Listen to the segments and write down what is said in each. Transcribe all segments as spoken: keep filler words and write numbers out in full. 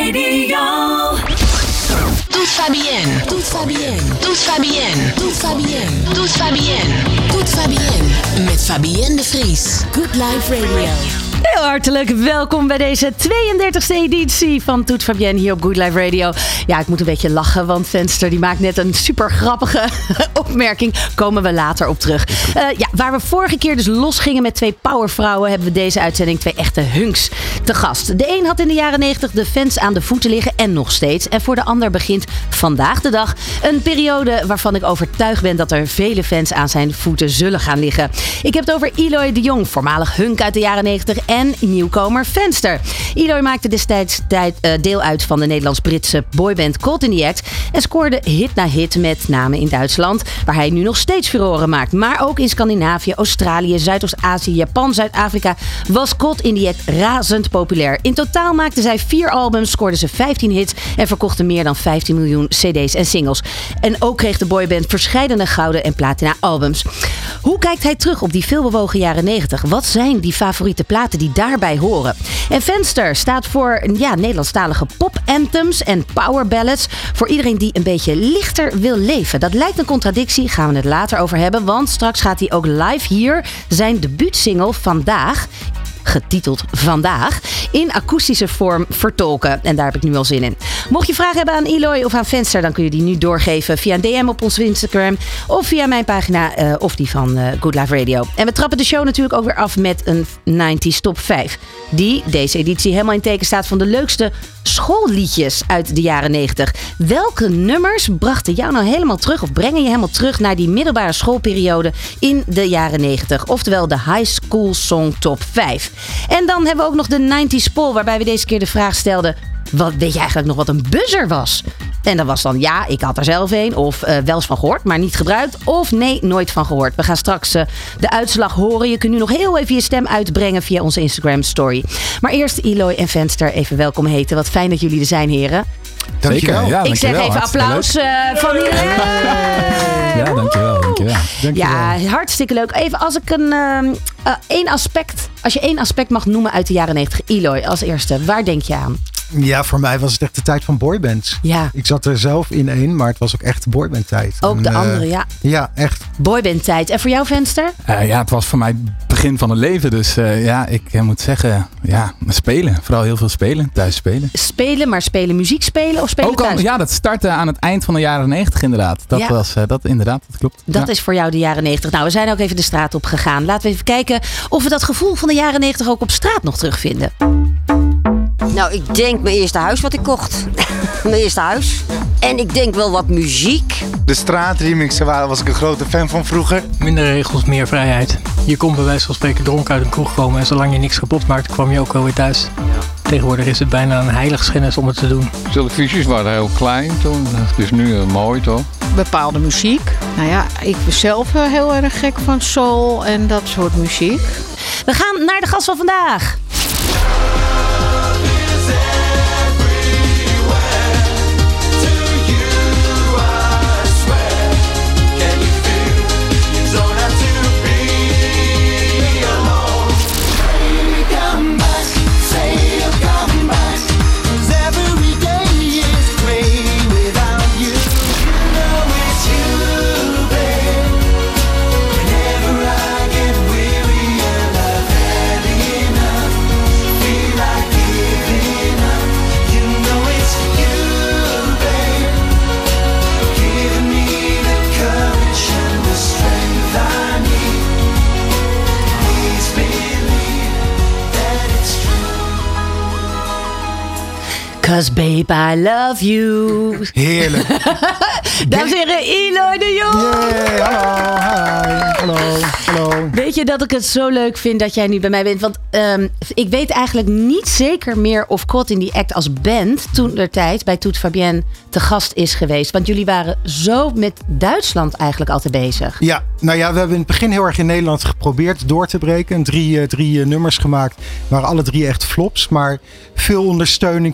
Radio. Tout va bien, tout va bien, tout va bien, tout va bien, tout va bien, tout va bien. Met Fabienne de Vries. Good Life Radio. Heel hartelijk welkom bij deze tweeëndertigste editie van Toet Fabienne hier op Good Life Radio. Ja, ik moet een beetje lachen, want Venster die maakt net een super grappige opmerking. Komen we later op terug. Uh, ja, waar we vorige keer dus losgingen met twee powervrouwen, hebben we deze uitzending twee echte hunks te gast. De een had in de jaren negentig de fans aan de voeten liggen en nog steeds. En voor de ander begint vandaag de dag een periode waarvan ik overtuigd ben dat er vele fans aan zijn voeten zullen gaan liggen. Ik heb het over Eloy de Jong, voormalig hunk uit de jaren negentig en nieuwkomer Venster. Eloy maakte destijds tijd, uh, deel uit van de Nederlands-Britse boyband Caught in the Act en scoorde hit na hit met name in Duitsland, waar hij nu nog steeds furoren maakt. Maar ook in Scandinavië, Australië, Zuidoost-Azië, Japan, Zuid-Afrika was Caught in the Act razend populair. In totaal maakten zij vier albums, scoorden ze vijftien hits en verkochten meer dan vijftien miljoen cd's en singles. En ook kreeg de boyband verscheidene gouden en platina albums. Hoe kijkt hij terug op die veelbewogen jaren negentig? Wat zijn die favoriete platen die daarbij horen? En Venster staat voor ja, Nederlandstalige pop-anthems en power ballads voor iedereen die een beetje lichter wil leven. Dat lijkt een contradictie, gaan we het later over hebben, want straks gaat hij ook live hier zijn debuutsingle Vandaag, getiteld Vandaag, in akoestische vorm vertolken. En daar heb ik nu al zin in. Mocht je vragen hebben aan Eloy of aan Venster, dan kun je die nu doorgeven via een D M op ons Instagram of via mijn pagina uh, of die van uh, Good Life Radio. En we trappen de show natuurlijk ook weer af met een negentig top vijf. Die deze editie helemaal in teken staat van de leukste schoolliedjes uit de jaren negentig. Welke nummers brachten jou nou helemaal terug of brengen je helemaal terug naar die middelbare schoolperiode in de jaren negentig? Oftewel de High School Song Top vijf. En dan hebben we ook nog de negentig poll, waarbij we deze keer de vraag stelden: wat, weet je eigenlijk nog wat een buzzer was? En dat was dan ja, ik had er zelf een. Of uh, wel eens van gehoord, maar niet gebruikt. Of nee, nooit van gehoord. We gaan straks uh, de uitslag horen. Je kunt nu nog heel even je stem uitbrengen via onze Instagram story. Maar eerst Eloy en Venster even welkom heten. Wat fijn dat jullie er zijn, heren. Dankjewel. Ja, ik zeg even applaus uh, van iedereen. Ja, dankjewel, dankjewel. dankjewel. Ja, hartstikke leuk. Even als ik een uh, uh, één aspect, als je één aspect mag noemen uit de jaren negentig. Eloy, als eerste. Waar denk je aan? Ja, voor mij was het echt de tijd van boybands. Ja. Ik zat er zelf in één, maar het was ook echt boybandtijd. Ook en, de uh, andere, ja. Ja, echt. Boybandtijd. En voor jou, Venster? Uh, ja, het was voor mij het begin van het leven. Dus uh, ja, ik uh, moet zeggen, ja, spelen. Vooral heel veel spelen. Thuis spelen. Spelen, maar spelen muziek spelen of spelen ook al, thuis? Ja, dat startte aan het eind van de jaren negentig inderdaad. Dat ja. was, uh, dat inderdaad, dat klopt. Dat ja. is voor jou de jaren negentig. Nou, we zijn ook even de straat op gegaan. Laten we even kijken of we dat gevoel van de jaren negentig ook op straat nog terugvinden. Nou, ik denk mijn eerste huis wat ik kocht. Mijn eerste huis. En ik denk wel wat muziek. De straatremixen waren, was ik een grote fan van vroeger. Minder regels, meer vrijheid. Je kon bij wijze van spreken dronken uit een kroeg komen en zolang je niks kapot maakte, kwam je ook wel weer thuis. Tegenwoordig is het bijna een heiligschennis om het te doen. Televisies waren heel klein toen. Het is nu uh, mooi toch? Bepaalde muziek. Nou ja, ik ben zelf uh, heel erg gek van soul en dat soort muziek. We gaan naar de gast van vandaag. Cause babe, I love you. Heerlijk. Dames en heren, Eloy de Jong. Yeah, hallo, hi, hallo, hallo. Weet je dat ik het zo leuk vind dat jij nu bij mij bent? Want um, ik weet eigenlijk niet zeker meer of Caught in the Act als band toen der tijd bij Toet Fabienne te gast is geweest. Want jullie waren zo met Duitsland eigenlijk altijd bezig. Ja, nou ja, we hebben in het begin heel erg in Nederland geprobeerd door te breken. Drie, uh, drie uh, nummers gemaakt. Waren alle drie echt flops. Maar veel ondersteuning van de blaas.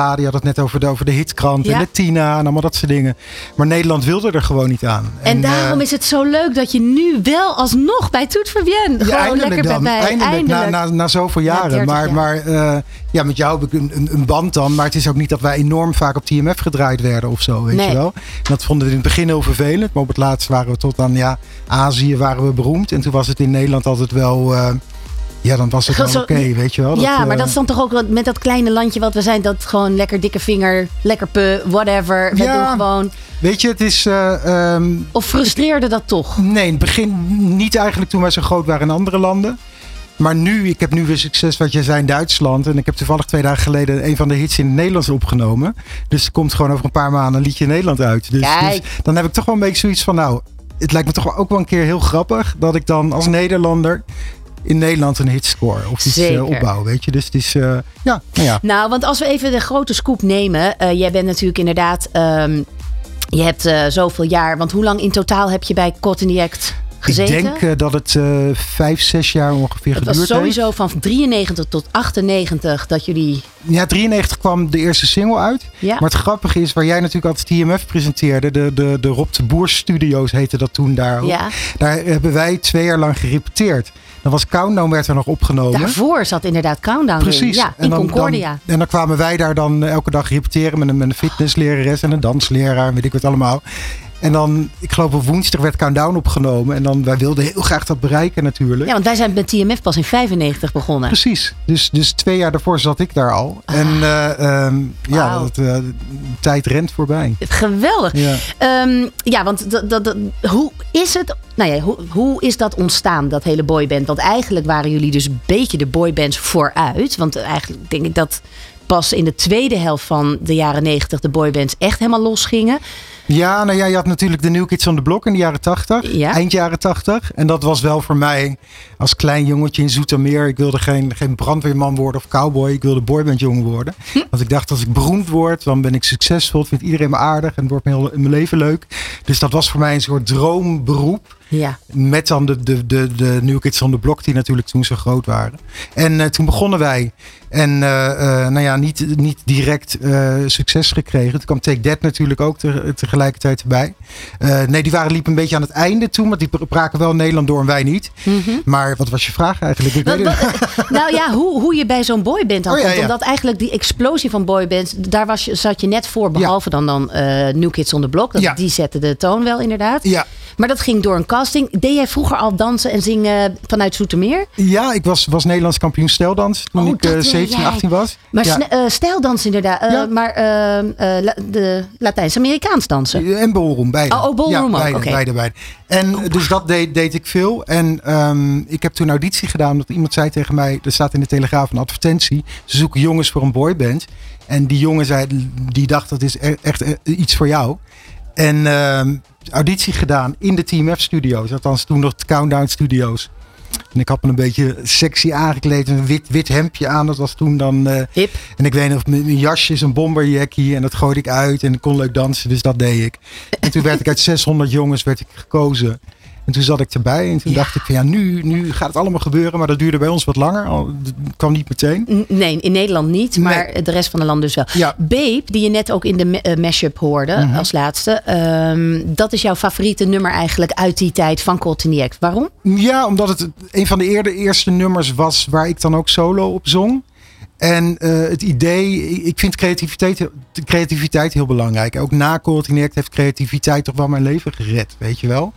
Ja, die had het net over de, over de hitkrant Ja. en de Tina en allemaal dat soort dingen. Maar Nederland wilde er gewoon niet aan. En, en daarom uh, is het zo leuk dat je nu wel alsnog bij Toet Fabienne ja, gewoon eindelijk lekker dan. bij Eindelijk, eindelijk. Na, na, na zoveel jaren. dertig maar jaar. maar uh, ja, met jou heb ik een, een, een band dan. Maar het is ook niet dat wij enorm vaak op T M F gedraaid werden of zo. Weet Nee. je wel? En dat vonden we in het begin heel vervelend. Maar op het laatst waren we tot aan ja, Azië waren we beroemd. En toen was het in Nederland altijd wel... Uh, ja, dan was het wel oké, okay, weet je wel. Dat, ja, maar uh, dat is dan toch ook wat, met dat kleine landje wat we zijn. Dat gewoon lekker dikke vinger, lekker pe, whatever. We Ja. doen gewoon... Weet je, het is... Uh, um, Of frustreerde dat toch? Nee, in het begin niet eigenlijk toen wij zo groot waren in andere landen. Maar nu, ik heb nu weer succes wat jij zei in Duitsland. En ik heb toevallig twee dagen geleden een van de hits in het Nederlands opgenomen. Dus er komt gewoon over een paar maanden een liedje in Nederland uit. Dus, dus dan heb ik toch wel een beetje zoiets van, nou, het lijkt me toch ook wel een keer heel grappig dat ik dan als Nederlander in Nederland een hit score of iets uh, opbouw, weet je. Dus het is, uh, ja, nou ja. Nou, want als we even de grote scoop nemen. Uh, jij bent natuurlijk inderdaad, um, je hebt uh, zoveel jaar. Want hoe lang in totaal heb je bij Caught in the Act gezeten? Ik denk uh, dat het uh, vijf, zes jaar ongeveer het geduurd heeft. Het was sowieso heeft. Van drieënnegentig tot achtennegentig dat jullie... Ja, drieënnegentig kwam de eerste single uit. Ja. Maar het grappige is, waar jij natuurlijk altijd T M F presenteerde, de, de, de Rob de Boer Studios heette dat toen daar. Ja. Daar hebben wij twee jaar lang gerepeteerd. Dan was Countdown werd er nog opgenomen. Daarvoor zat inderdaad Countdown Precies. in. Ja, in en dan, Concordia. Dan, en dan kwamen wij daar dan elke dag repeteren met een, met een fitnesslerares en een dansleraar, weet ik wat allemaal. En dan, ik geloof op woensdag werd Countdown opgenomen. En dan, wij wilden heel graag dat bereiken natuurlijk. Ja, want wij zijn met T M F pas in vijfennegentig begonnen. Precies. Dus, dus twee jaar daarvoor zat ik daar al. Ah. En uh, um, ja, wow. dat, uh, de tijd rent voorbij. Geweldig. Ja, um, ja want dat, dat, dat, hoe is het... Nou ja, hoe, hoe is dat ontstaan, dat hele boyband? Want eigenlijk waren jullie dus een beetje de boybands vooruit. Want eigenlijk denk ik dat pas in de tweede helft van de jaren negentig de boybands echt helemaal losgingen. Ja, nou ja, je had natuurlijk de New Kids on the Block in de jaren tachtig. Ja. Eind jaren tachtig. En dat was wel voor mij als klein jongetje in Zoetermeer. Ik wilde geen, geen brandweerman worden of cowboy. Ik wilde boybandjongen worden. Hm. Want ik dacht, als ik beroemd word, dan ben ik succesvol. Vindt iedereen me aardig en het wordt heel, mijn leven leuk. Dus dat was voor mij een soort droomberoep. Ja. Met dan de, de, de, de New Kids on the Block die natuurlijk toen zo groot waren. En uh, toen begonnen wij. En uh, uh, nou ja, niet, niet direct uh, succes gekregen. Toen kwam Take That natuurlijk ook te, tegelijkertijd erbij. Uh, nee, die waren, liepen een beetje aan het einde toen. Want die braken wel Nederland door en wij niet. Mm-hmm. Maar wat was je vraag eigenlijk? Ik wat, weet het. Wat, nou ja, hoe, hoe je bij zo'n boyband dan oh, komt. Ja, ja. Omdat eigenlijk die explosie van boybands, daar was je, zat je net voor. Behalve ja. dan, dan uh, New Kids on the Block. Dat, ja. Die zetten de toon wel inderdaad. Ja. Maar dat ging door een casting. Deed jij vroeger al dansen en zingen vanuit Zoetermeer? Ja, ik was, was Nederlands kampioen stijldans toen oh, ik uh, zeventien, achttien was. Maar ja. uh, stijldans inderdaad. Uh, ja. Maar uh, uh, la, de Latijns-Amerikaans dansen. En ballroom, beide. Oh, oh ballroom ja, ook. Beide, okay. beide, beide. En oh, dus dat deed, deed ik veel. En um, ik heb toen een auditie gedaan. Omdat iemand zei tegen mij, er staat in de Telegraaf een advertentie. Ze zoeken jongens voor een boyband. En die jongen zei, die dacht dat is echt iets voor jou. En uh, auditie gedaan in de T M F studio's. Althans toen nog de Countdown Studios. En ik had me een beetje sexy aangekleed. Een wit, wit hemdje aan. Dat was toen dan... Uh, Hip. En ik weet nog, mijn jasje is een bomberjackie. En dat gooide ik uit. En ik kon leuk dansen. Dus dat deed ik. En toen werd ik uit zeshonderd jongens werd ik gekozen. En toen zat ik erbij. En toen ja. dacht ik van ja, nu, nu gaat het allemaal gebeuren. Maar dat duurde bij ons wat langer. Het kwam niet meteen. Nee, in Nederland niet. Maar nee. de rest van de landen dus wel. Ja. Babe, die je net ook in de uh, mashup hoorde mm-hmm. als laatste. Um, dat is jouw favoriete nummer eigenlijk uit die tijd van Caught in the Act. Waarom? Ja, omdat het een van de eerde, eerste nummers was waar ik dan ook solo op zong. En uh, het idee, ik vind creativiteit, creativiteit heel belangrijk. Ook na Caught in the Act heeft creativiteit toch wel mijn leven gered, weet je wel.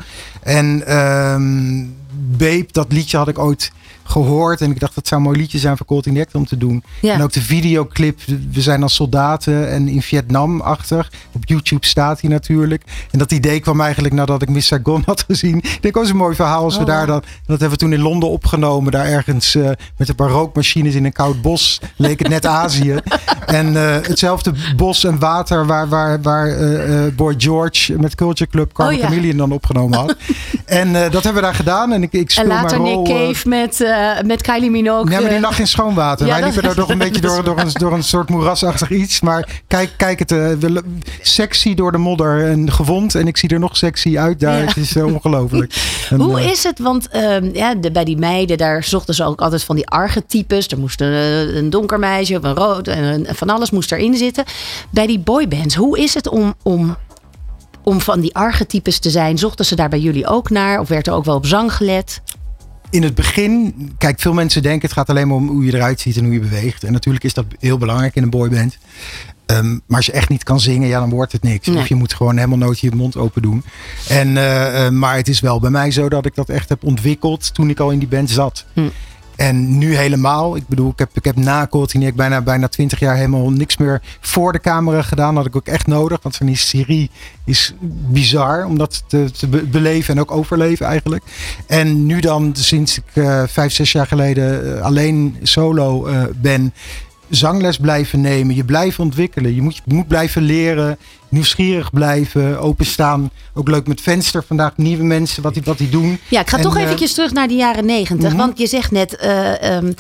En um, Babe, dat liedje had ik ooit gehoord. En ik dacht, dat zou een mooi liedje zijn voor Caught in the Act om te doen. Ja. En ook de videoclip, we zijn als soldaten en in Vietnam achter. Op YouTube staat hij natuurlijk. En dat idee kwam eigenlijk nadat ik Miss Saigon had gezien. Ik denk, dat is een mooi verhaal als we oh. daar dan... Dat hebben we toen in Londen opgenomen. Daar ergens uh, met een paar rookmachines in een koud bos. Leek het net Azië. En uh, hetzelfde bos en water waar, waar, waar uh, uh, Boy George met Culture Club Carmen oh, ja. Chameleon dan opgenomen had. En uh, dat hebben we daar gedaan. En ik, ik speel en later mijn Nick rol, Cave uh, met, uh, met Kylie Minogue. Ja, maar die lag in schoon water. Ja, Wij liepen daar toch een beetje door, door, een, door een soort moerasachtig iets. Maar kijk, kijk het. Uh, sexy door de modder en gewond. En ik zie er nog sexy uit daar. Ja. Het is uh, ongelooflijk. En, Hoe uh, is het? Want uh, ja, de, bij die meiden, daar zochten ze ook altijd van die archetypes. Er moest een, een donker meisje of een rood en een, van alles moest erin zitten. Bij die boybands, hoe is het om, om, om van die archetypes te zijn? Zochten ze daar bij jullie ook naar? Of werd er ook wel op zang gelet? In het begin, kijk, veel mensen denken het gaat alleen maar om hoe je eruit ziet en hoe je beweegt. En natuurlijk is dat heel belangrijk in een boyband. Um, maar als je echt niet kan zingen, ja, dan wordt het niks. Nee. Of je moet gewoon helemaal nooit je mond open doen. En, uh, uh, maar het is wel bij mij zo dat ik dat echt heb ontwikkeld toen ik al in die band zat. Hm. En nu helemaal. Ik bedoel, ik heb, ik heb na Courtinier bijna, bijna twintig jaar helemaal niks meer voor de camera gedaan. Dat had ik ook echt nodig. Want zo'n serie is bizar om dat te, te be- beleven en ook overleven eigenlijk. En nu dan, sinds ik uh, vijf, zes jaar geleden uh, alleen solo uh, ben, zangles blijven nemen. Je blijft ontwikkelen. Je moet, je moet blijven leren. Nieuwsgierig blijven, openstaan. Ook leuk met Venster vandaag, nieuwe mensen, wat die, wat die doen. Ja, ik ga en, toch uh, eventjes terug naar de jaren negentig. Uh-huh. Want je zegt net, uh, um,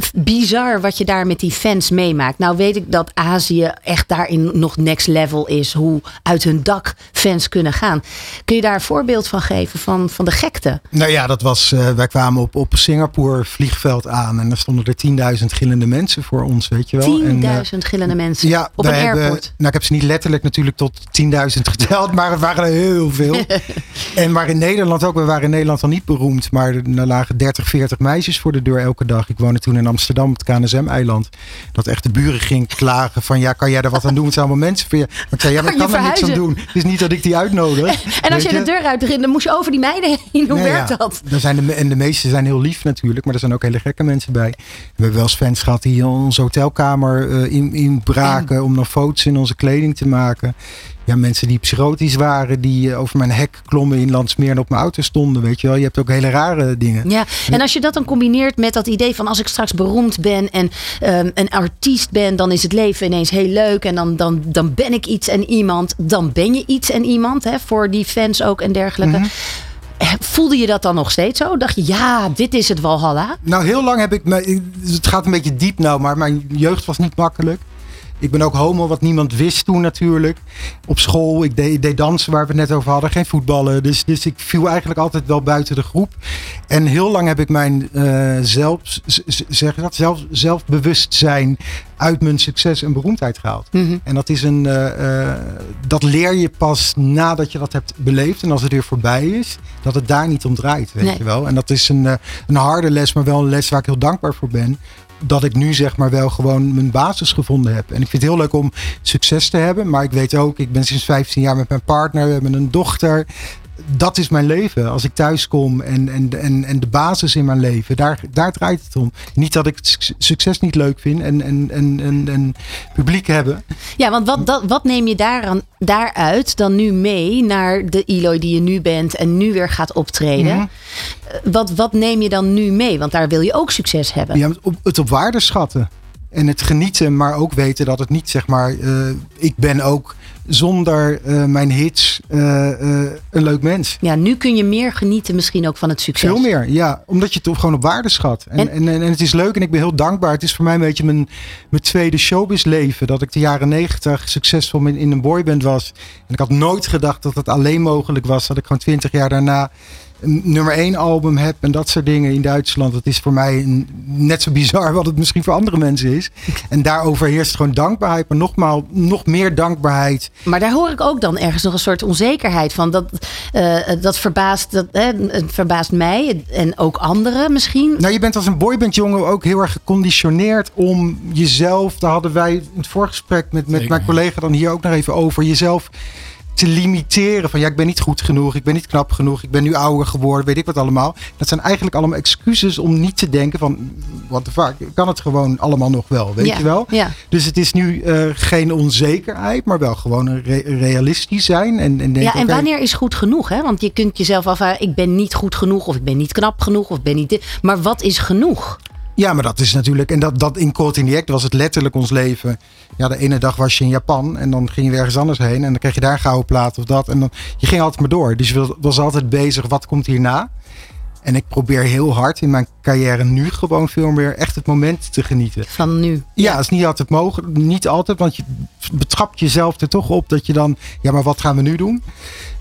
bizar wat je daar met die fans meemaakt. Nou weet ik dat Azië echt daarin nog next level is. Hoe uit hun dak fans kunnen gaan. Kun je daar een voorbeeld van geven, van, van de gekte? Nou ja, dat was, uh, wij kwamen op, op Singapore vliegveld aan. En daar stonden er tienduizend gillende mensen voor ons, weet je wel. tienduizend uh, gillende mensen ja, op een hebben, airport. Nou, ik heb ze niet letterlijk natuurlijk tot tienduizend geteld, maar er waren er heel veel. En maar in Nederland ook, we waren in Nederland al niet beroemd, maar er lagen dertig, veertig meisjes voor de deur elke dag. Ik woonde toen in Amsterdam, op het K N S M-eiland. Dat echt de buren ging klagen van, ja, kan jij er wat aan doen? Het zijn allemaal mensen voor je. Maar ik zei, ja, maar ik kan er niks aan doen. Het is niet dat ik die uitnodig. En als je, je de deur uitging, dan moest je over die meiden heen. Hoe nee, werkt ja, dat? Dan zijn de, en de meeste zijn heel lief natuurlijk, maar er zijn ook hele gekke mensen bij. We hebben wel eens fans gehad die in onze hotelkamer uh, in, in braken, om nog foto's in onze kleding te maken. Ja, mensen die psychotisch waren, die over mijn hek klommen in Landsmeer en op mijn auto stonden, weet je wel. Je hebt ook hele rare dingen. Ja, en als je dat dan combineert met dat idee van als ik straks beroemd ben en um, een artiest ben, dan is het leven ineens heel leuk en dan, dan, dan ben ik iets en iemand. Dan ben je iets en iemand, hè, voor die fans ook en dergelijke. Mm-hmm. Voelde je dat dan nog steeds zo? Dacht je, ja, dit is het Walhalla? Nou, heel lang heb ik me, het gaat een beetje diep nou, maar mijn jeugd was niet makkelijk. Ik ben ook homo, wat niemand wist toen natuurlijk. Op school, ik deed, ik deed dansen waar we het net over hadden. Geen voetballen. Dus, dus ik viel eigenlijk altijd wel buiten de groep. En heel lang heb ik mijn uh, zelf, zeg dat, zelf, zelfbewustzijn uit mijn succes en beroemdheid gehaald. Mm-hmm. En dat is een, uh, uh, dat leer je pas nadat je dat hebt beleefd. En als het weer voorbij is, dat het daar niet om draait, weet nee. je wel. En dat is een, uh, een harde les, maar wel een les waar ik heel dankbaar voor ben. Dat ik nu zeg maar wel gewoon mijn basis gevonden heb. En ik vind het heel leuk om succes te hebben. Maar ik weet ook, ik ben sinds vijftien jaar met mijn partner. We hebben een dochter. Dat is mijn leven. Als ik thuis kom en, en, en, en de basis in mijn leven. Daar, daar draait het om. Niet dat ik het succes niet leuk vind. En, en, en, en, en publiek hebben. Ja, want wat, dat, wat neem je daaraan, daaruit dan nu mee naar de Eloy die je nu bent. En nu weer gaat optreden. Mm-hmm. Wat, wat neem je dan nu mee? Want daar wil je ook succes hebben. Ja, het op waarde schatten. En het genieten, maar ook weten dat het niet zeg maar... Uh, ik ben ook zonder uh, mijn hits uh, uh, een leuk mens. Ja, nu kun je meer genieten misschien ook van het succes. Veel meer, ja. Omdat je het toch gewoon op waarde schat. En, en, en, en het is leuk en ik ben heel dankbaar. Het is voor mij een beetje mijn, mijn tweede showbiz leven. Dat ik de jaren negentig succesvol in, in een boyband was. En ik had nooit gedacht dat het alleen mogelijk was. Dat ik gewoon twintig jaar daarna een nummer één album heb en dat soort dingen in Duitsland. Dat is voor mij een, net zo bizar wat het misschien voor andere mensen is. En daarover heerst gewoon dankbaarheid. Maar nogmaals, nog meer dankbaarheid. Maar daar hoor ik ook dan ergens nog een soort onzekerheid van. Dat, uh, dat, verbaast, dat hè, het verbaast mij en ook anderen misschien. Nou, je bent als een boybandjongen ook heel erg geconditioneerd om jezelf, daar hadden wij in het voorgesprek met, met mijn collega dan hier ook nog even over, jezelf te limiteren van ja, ik ben niet goed genoeg, ik ben niet knap genoeg, ik ben nu ouder geworden, weet ik wat allemaal. Dat zijn eigenlijk allemaal excuses om niet te denken van what the fuck, ik kan het gewoon allemaal nog wel, weet ja, je wel. Ja. Dus het is nu uh, geen onzekerheid, maar wel gewoon een re- realistisch zijn. En, en, denk, ja, en okay, wanneer is goed genoeg? Hè? Want je kunt jezelf afvragen, ik ben niet goed genoeg of ik ben niet knap genoeg of ik ben niet dit. Maar wat is genoeg? Ja, maar dat is natuurlijk, en dat, dat in Caught in the Act was het letterlijk ons leven. Ja, de ene dag was je in Japan en dan ging je weer ergens anders heen. En dan kreeg je daar een gouden plaat of dat. En dan, je ging altijd maar door. Dus je was altijd bezig, wat komt hierna? En ik probeer heel hard in mijn carrière nu gewoon veel meer echt het moment te genieten. Van nu? Ja, dat is niet altijd mogelijk. Niet altijd, want je betrapt jezelf er toch op dat je dan, ja, maar wat gaan we nu doen?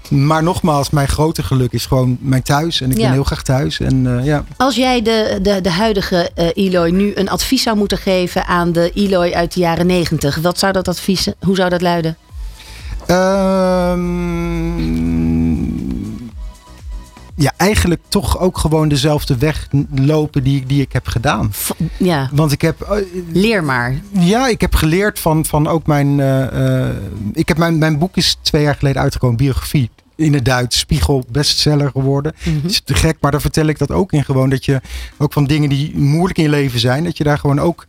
Maar nogmaals, mijn grote geluk is gewoon mijn thuis. En ik Ja. ben heel graag thuis. En, uh, ja. Als jij de, de, de huidige uh, Eloy nu een advies zou moeten geven aan de Eloy uit de jaren negentig. Wat zou dat advies, hoe zou dat luiden? Um, ja, eigenlijk toch ook gewoon dezelfde weg lopen die, die ik heb gedaan. Ja. Want ik heb... Uh, Leer maar. Ja, ik heb geleerd van, van ook mijn... Uh, uh, ik heb mijn, mijn boek is twee jaar geleden uitgekomen, biografie. In het Duits, Spiegel, bestseller geworden. Mm-hmm. Het is te gek, maar daar vertel ik dat ook in gewoon. Dat je ook van dingen die moeilijk in je leven zijn, dat je daar gewoon ook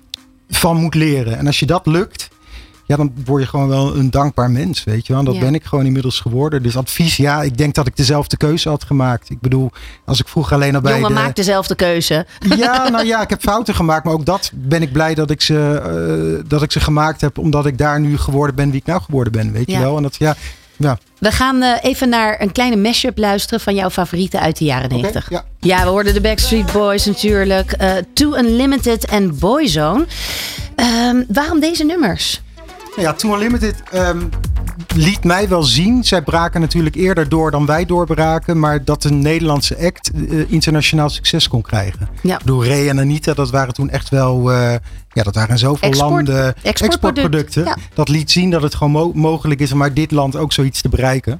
van moet leren. En als je dat lukt, ja, dan word je gewoon wel een dankbaar mens, weet je wel. En dat Ja. ben ik gewoon inmiddels geworden. Dus advies, ja, ik denk dat ik dezelfde keuze had gemaakt. Ik bedoel, als ik vroeger alleen al bij Jongen, de... maak dezelfde keuze. Ja, nou ja, ik heb fouten gemaakt. Maar ook dat ben ik blij dat ik ze, uh, dat ik ze gemaakt heb. Omdat ik daar nu geworden ben wie ik nou geworden ben, weet Ja. je wel. En dat, ja... Ja. We gaan uh, even naar een kleine mashup luisteren van jouw favorieten uit de jaren negentig. Okay, ja. ja, we hoorden de Backstreet Boys natuurlijk. Uh, Too Unlimited en Boyzone. Um, waarom deze nummers? Ja, Too Unlimited um, liet mij wel zien. Zij braken natuurlijk eerder door dan wij doorbraken. Maar dat een Nederlandse act uh, internationaal succes kon krijgen. Ja. Door Ray en Anita, dat waren toen echt wel... Uh, ja, dat waren in zoveel Export, landen exportproducten. Ja. Dat liet zien dat het gewoon mo- mogelijk is om uit dit land ook zoiets te bereiken.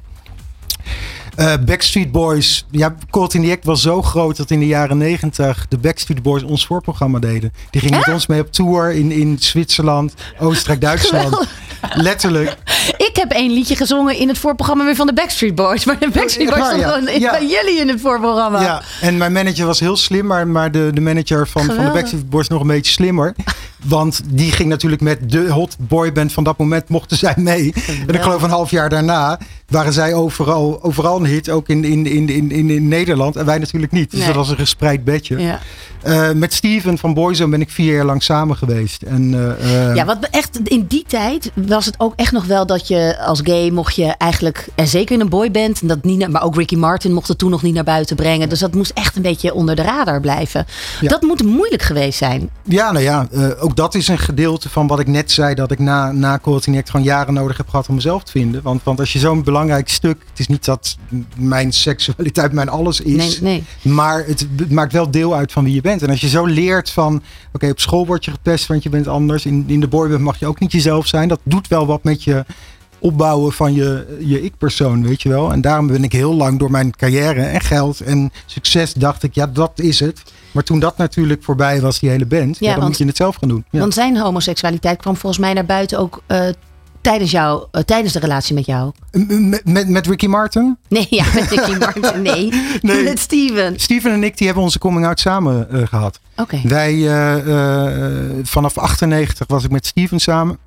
Uh, Backstreet Boys. Ja, Caught in the Act was zo groot dat in de jaren negentig de Backstreet Boys ons voorprogramma deden. Die gingen Echt? met ons mee op tour in, in Zwitserland, Oostenrijk, Duitsland. Geweldig. Letterlijk. Ik heb één liedje gezongen in het voorprogramma weer van de Backstreet Boys. Maar de Backstreet Boys Ja, stond ja. gewoon in- Ja. bij jullie in het voorprogramma. Ja, en mijn manager was heel slim, maar, maar de, de manager van, van de Geweldig. Backstreet Boys nog een beetje slimmer. Want die ging natuurlijk met de hot boyband van dat moment mochten zij mee. En ik geloof een half jaar daarna waren zij overal, overal een hit, ook in, in, in, in, in, in Nederland. En wij natuurlijk niet. Dus Nee. dat was een gespreid bedje. Ja. Uh, met Steven van Boyzone ben ik vier jaar lang samen geweest. En, uh, uh, Ja, wat echt in die tijd was het ook echt nog wel dat je als gay mocht je eigenlijk, en zeker in een boyband, dat niet, maar ook Ricky Martin mocht het toen nog niet naar buiten brengen. Dus dat moest echt een beetje onder de radar blijven. Ja. Dat moet moeilijk geweest zijn. Ja, nou ja, uh, ook dat is een gedeelte van wat ik net zei. Dat ik na, na Caught in the Act gewoon jaren nodig heb gehad om mezelf te vinden. Want, want als je zo'n belangrijk stuk... Het is niet dat mijn seksualiteit mijn alles is. Nee, nee. Maar het, het maakt wel deel uit van wie je bent. En als je zo leert van... Oké, okay, op school word je gepest, want je bent anders. In, in de boyband mag je ook niet jezelf zijn. Dat doet wel wat met je opbouwen van je, je ik-persoon, weet je wel. En daarom ben ik heel lang door mijn carrière en geld en succes dacht ik, ja, dat is het. Maar toen dat natuurlijk voorbij was, die hele band, ja, ja, dan want, moet je het zelf gaan doen. Ja. Want zijn homoseksualiteit kwam volgens mij naar buiten ook uh, tijdens, jou, uh, tijdens de relatie met jou. Met, met, met Ricky Martin? Nee, ja, met Ricky Martin, nee. nee. Met Steven. Steven en ik, die hebben onze coming out samen uh, gehad. Oké. Okay. Wij, uh, uh, vanaf achtennegentig was ik met Steven samen.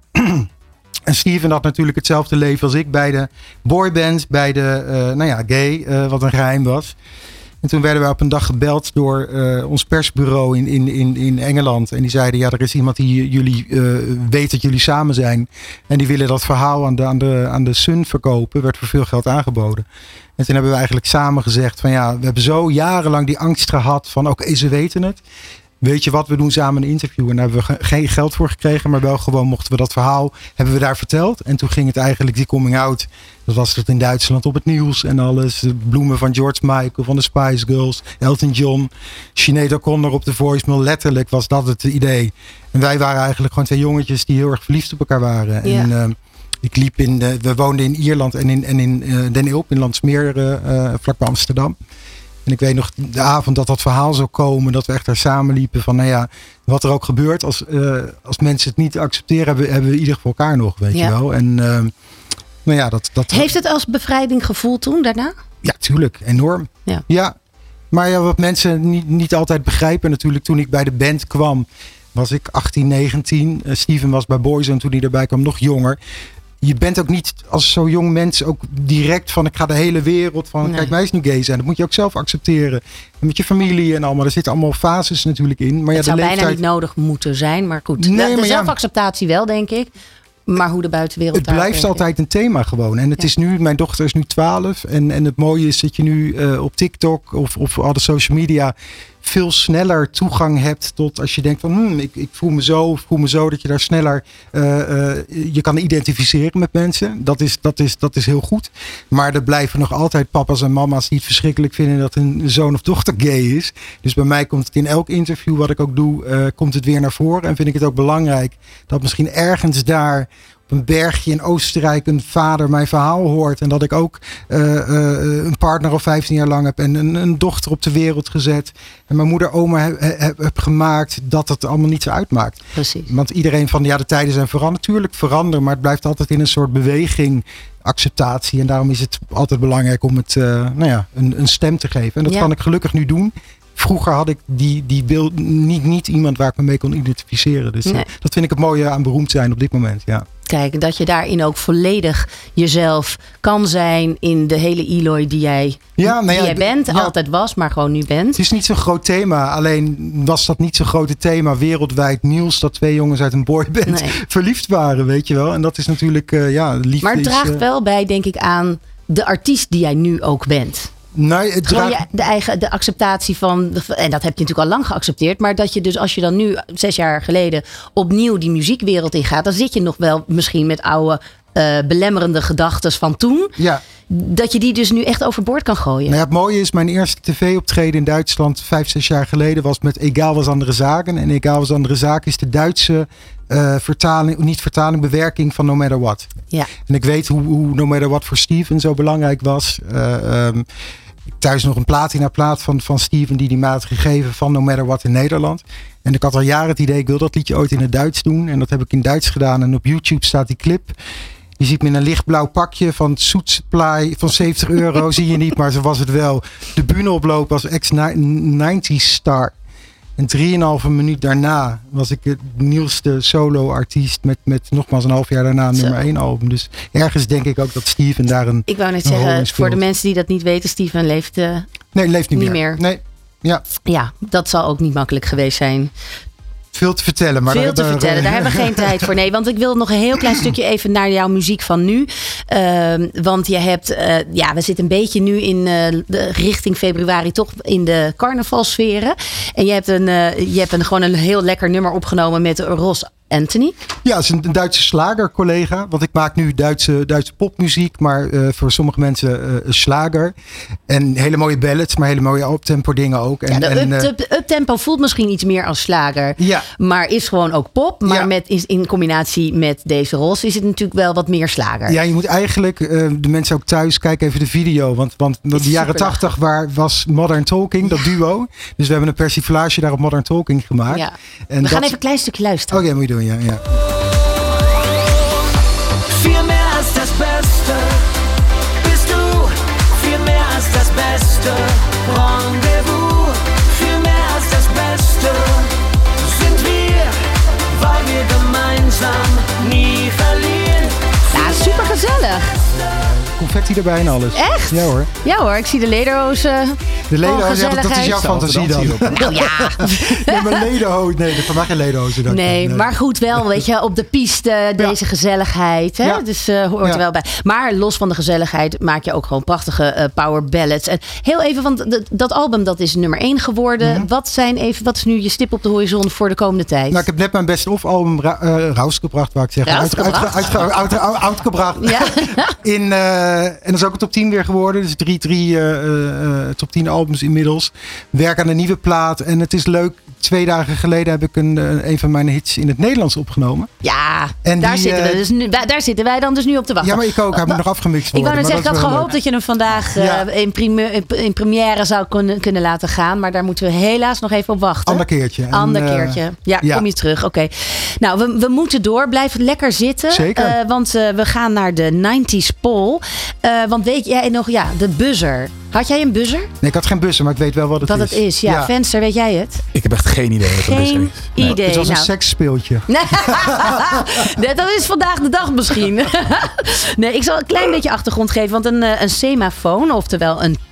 En Steven had natuurlijk hetzelfde leven als ik bij de boyband, bij de, uh, nou ja, gay, uh, wat een geheim was. En toen werden we op een dag gebeld door uh, ons persbureau in, in, in, in Engeland. En die zeiden, ja, er is iemand die jullie uh, weet dat jullie samen zijn. En die willen dat verhaal aan de, aan de, aan de Sun verkopen. Werd voor veel geld aangeboden. En toen hebben we eigenlijk samen gezegd van ja, we hebben zo jarenlang die angst gehad van oké, okay, ze weten het. Weet je wat, we doen samen een interview. En daar hebben we geen geld voor gekregen. Maar wel gewoon mochten we dat verhaal, hebben we daar verteld. En toen ging het eigenlijk, die coming out. Dat was het in Duitsland op het nieuws en alles. De bloemen van George Michael, van de Spice Girls. Elton John. Sinead O'Connor op de voicemail. Letterlijk was dat het idee. En wij waren eigenlijk gewoon twee jongetjes die heel erg verliefd op elkaar waren. Ja. En uh, ik liep in, de, we woonden in Ierland en in, en in uh, Den Ilp, in Landsmeer, uh, vlakbij Amsterdam. En ik weet nog de avond dat dat verhaal zou komen, dat we echt daar samen liepen van, nou ja, wat er ook gebeurt, als, uh, als mensen het niet accepteren, hebben, hebben we in ieder geval elkaar nog, weet ja. je wel. En uh, nou ja, dat, dat... Heeft het als bevrijding gevoeld toen, daarna? Ja, tuurlijk, enorm. Ja. ja. Maar ja, wat mensen niet, niet altijd begrijpen natuurlijk, toen ik bij de band kwam, was ik achttien, negentien. Uh, Steven was bij Boyzone toen hij erbij kwam, nog jonger. Je bent ook niet als zo'n jong mens ook direct van ik ga de hele wereld van nee. kijk mij eens nu gay zijn. Dat moet je ook zelf accepteren. En met je familie en allemaal. Er zitten allemaal fases natuurlijk in. Maar het ja, de zou leeftijd... bijna niet nodig moeten zijn. Maar goed, nee, de, de maar zelfacceptatie ja. wel denk ik. Maar hoe de buitenwereld Het blijft altijd een thema gewoon. En het ja. is nu, mijn dochter is nu twaalf. En, en het mooie is dat je nu uh, op TikTok of, of alle social media veel sneller toegang hebt tot als je denkt van hmm, ik, ik voel me zo of voel me zo, dat je daar sneller uh, uh, je kan identificeren met mensen. Dat is, dat, is, dat is heel goed. Maar er blijven nog altijd papa's en mama's die het verschrikkelijk vinden dat hun zoon of dochter gay is. Dus bij mij komt het in elk interview wat ik ook doe, uh, komt het weer naar voren. En vind ik het ook belangrijk dat misschien ergens daar een bergje in Oostenrijk een vader mijn verhaal hoort. En dat ik ook uh, uh, een partner al vijftien jaar lang heb. En een, een dochter op de wereld gezet. En mijn moeder oma heb, heb, heb gemaakt. Dat het allemaal niet zo uitmaakt. Precies. Want iedereen van ja de tijden zijn veranderd. Natuurlijk veranderen. Maar het blijft altijd in een soort beweging. Acceptatie. En daarom is het altijd belangrijk om het uh, nou ja, een, een stem te geven. En dat ja. kan ik gelukkig nu doen. Vroeger had ik die, die beeld, niet, niet iemand waar ik me mee kon identificeren. Dus nee. dat vind ik het mooie aan beroemd zijn op dit moment. Ja. Kijk, dat je daarin ook volledig jezelf kan zijn in de hele Eloy die jij, ja, nou ja, die jij bent. Ja. Altijd was, maar gewoon nu bent. Het is niet zo'n groot thema. Alleen was dat niet zo'n groot thema wereldwijd nieuws dat twee jongens uit een boyband nee. verliefd waren, weet je wel. En dat is natuurlijk, uh, ja, liefde. Maar het draagt is, uh, wel bij, denk ik, aan de artiest die jij nu ook bent. Nee, het Gewoon draagt... je, de eigen de acceptatie van, en dat heb je natuurlijk al lang geaccepteerd, maar dat je dus als je dan nu zes jaar geleden opnieuw die muziekwereld ingaat, dan zit je nog wel misschien met oude uh, belemmerende gedachten van toen. Ja. Dat je die dus nu echt overboord kan gooien. Nou ja, het mooie is, mijn eerste tv-optreden in Duitsland vijf, zes jaar geleden was met Egal was andere zaken. En Egal was andere zaken is de Duitse uh, vertaling, niet vertaling, bewerking van No Matter What. Ja. En ik weet hoe, hoe No Matter What voor Steven zo belangrijk was. Uh, um, thuis nog een platina plaat van, van Steven die die mij had gegeven van No Matter What in Nederland. En ik had al jaren het idee, ik wil dat liedje ooit in het Duits doen. En dat heb ik in Duits gedaan. En op YouTube staat die clip. Je ziet me in een lichtblauw pakje van Soet Supply van zeventig euro. Zie je niet, maar zo was het wel. De bühne oplopen als ex negentig star. En drieënhalve minuut daarna was ik het nieuwste solo-artiest met, met nogmaals een half jaar daarna een nummer één album. Dus ergens denk ik ook dat Steven daar een Ik wou net een zeggen, voor de mensen die dat niet weten, Steven leeft, uh, nee, leeft niet, niet meer. meer. Nee, ja. Ja, dat zal ook niet makkelijk geweest zijn. Veel te vertellen. Maar Veel daar, te daar, vertellen, daar hebben we geen tijd voor. Nee, want ik wil nog een heel klein stukje even naar jouw muziek van nu. Uh, want je hebt, uh, ja, we zitten een beetje nu in uh, de, richting februari toch in de carnavalsferen. En je hebt, een, uh, je hebt een, gewoon een heel lekker nummer opgenomen met Ross Anthony. Ja, het is een, een Duitse slagercollega. Want ik maak nu Duitse, Duitse popmuziek. Maar uh, voor sommige mensen uh, een slager. En hele mooie ballads, maar hele mooie uptempo dingen ook. En, ja, de en, up, uh, uptempo voelt misschien iets meer als slager. Ja. Maar is gewoon ook pop. Maar Ja. met, in, in combinatie met deze Ross is het natuurlijk wel wat meer slager. Ja, je moet eigenlijk, uh, de mensen ook thuis, kijken even de video. Want, want de jaren tachtig waar was Modern Talking, dat duo. Dus we hebben een persiflage daar op Modern Talking gemaakt. Ja. En We dat... gaan even een klein stukje luisteren. Oké, okay, moet je doen, ja. ja. Viel mehr als das Beste bist du, viel mehr als das Beste Rendezvous, viel mehr als das Beste sind wir, weil wir gemeinsam nie verlieren. Ja, super gezellig. Confetti erbij en alles. Echt? Ja hoor. Ja hoor, ik zie de lederhozen. De lederhozen, ja, dat, dat is gezelligheid. jouw fantasie dan. Nou ja. Nee, maar lederhozen, nee, dat van mij geen lederhozen. Dan. Nee, nee, maar goed wel, weet je, op de piste deze ja. gezelligheid. Hè? Ja. Dus uh, hoort ja. er wel bij. Maar los van de gezelligheid maak je ook gewoon prachtige uh, power ballads. En heel even, want d- dat album dat is nummer één geworden. Mm-hmm. Wat zijn even, wat is nu je stip op de horizon voor de komende tijd? Nou, ik heb net mijn best of album ra- uh, rausgebracht, wou ik zeggen. Uitgebracht. Uit, uit, uit, uit, uitgebracht. Ja. In, uh, en dat is ook een top tien weer geworden. Dus drie, drie uh, uh, top tien albums inmiddels. Werk aan een nieuwe plaat. En het is leuk. Twee dagen geleden heb ik een, uh, een van mijn hits in het Nederlands opgenomen. Ja, en daar, die, zitten we uh, dus nu, daar, daar zitten wij dan dus nu op te wachten. Ja, maar ik ook. Hij moet nog afgemixt worden. Ik wou net zeggen, ik had gehoopt leuk. dat je hem vandaag uh, ja. in, prime, in première zou kunnen, kunnen laten gaan. Maar daar moeten we helaas nog even op wachten. Ander keertje. Ander en, keertje. Ja, ja, kom je terug. Oké. Okay. Nou, we, we moeten door. Blijf lekker zitten. Zeker. Uh, want uh, we gaan naar de nineties poll. Uh, want weet jij nog, ja, de buzzer. Had jij een buzzer? Nee, ik had geen buzzer, maar ik weet wel wat het wat is. Wat het is, ja. ja. Venster, weet jij het? Ik heb echt geen idee wat een buzzer is. Geen idee. Het was een nou. seksspeeltje. Dat is vandaag de dag misschien. Nee, ik zal een klein beetje achtergrond geven. Want een, een semafoon, oftewel een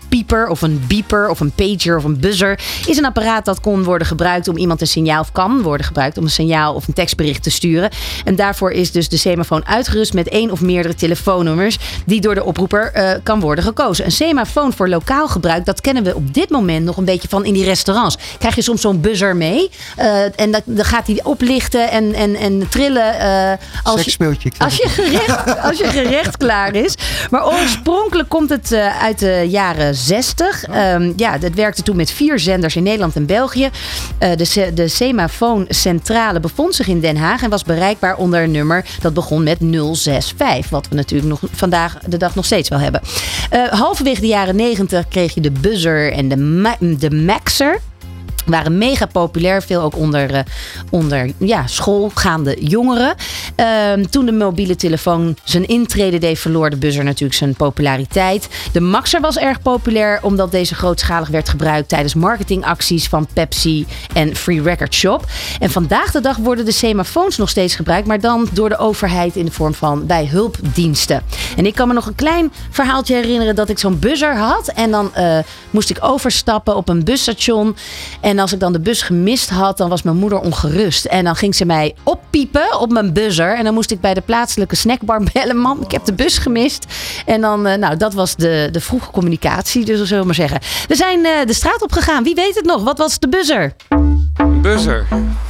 pieper of een beeper of een pager of een buzzer is een apparaat dat kon worden gebruikt om iemand een signaal of kan worden gebruikt om een signaal of een tekstbericht te sturen. En daarvoor is dus de semafoon uitgerust met één of meerdere telefoonnummers die door de oproeper uh, kan worden gekozen. Een semafoon voor lokaal gebruik, dat kennen we op dit moment nog een beetje van in die restaurants. Krijg je soms zo'n buzzer mee uh, en dat, dan gaat hij oplichten en, en, en trillen uh, als, je, als, je gerecht, als je gerecht klaar is. Maar oorspronkelijk komt het uh, uit de jaren zestig. Um, ja, dat werkte toen met vier zenders in Nederland en België. Uh, de, de semafooncentrale bevond zich in Den Haag en was bereikbaar onder een nummer dat begon met nul zes vijf. Wat we natuurlijk nog vandaag de dag nog steeds wel hebben. Uh, halverwege de jaren negentig kreeg je de buzzer en de, ma- de maxer. Waren mega populair, veel ook onder, uh, onder ja, schoolgaande jongeren. Uh, toen de mobiele telefoon zijn intrede deed, verloor de buzzer natuurlijk zijn populariteit. De maxer was erg populair omdat deze grootschalig werd gebruikt tijdens marketingacties van Pepsi en Free Record Shop. En vandaag de dag worden de semafoons nog steeds gebruikt, maar dan door de overheid in de vorm van bij hulpdiensten. En ik kan me nog een klein verhaaltje herinneren dat ik zo'n buzzer had en dan uh, moest ik overstappen op een busstation. En als ik dan de bus gemist had, dan was mijn moeder ongerust. En dan ging ze mij oppiepen op mijn buzzer. En dan moest ik bij de plaatselijke snackbar bellen. Mam, ik heb de bus gemist. En dan, uh, nou, dat was de, de vroege communicatie. Dus we zullen maar zeggen. We zijn uh, de straat op gegaan. Wie weet het nog? Wat was de buzzer? Buzzer.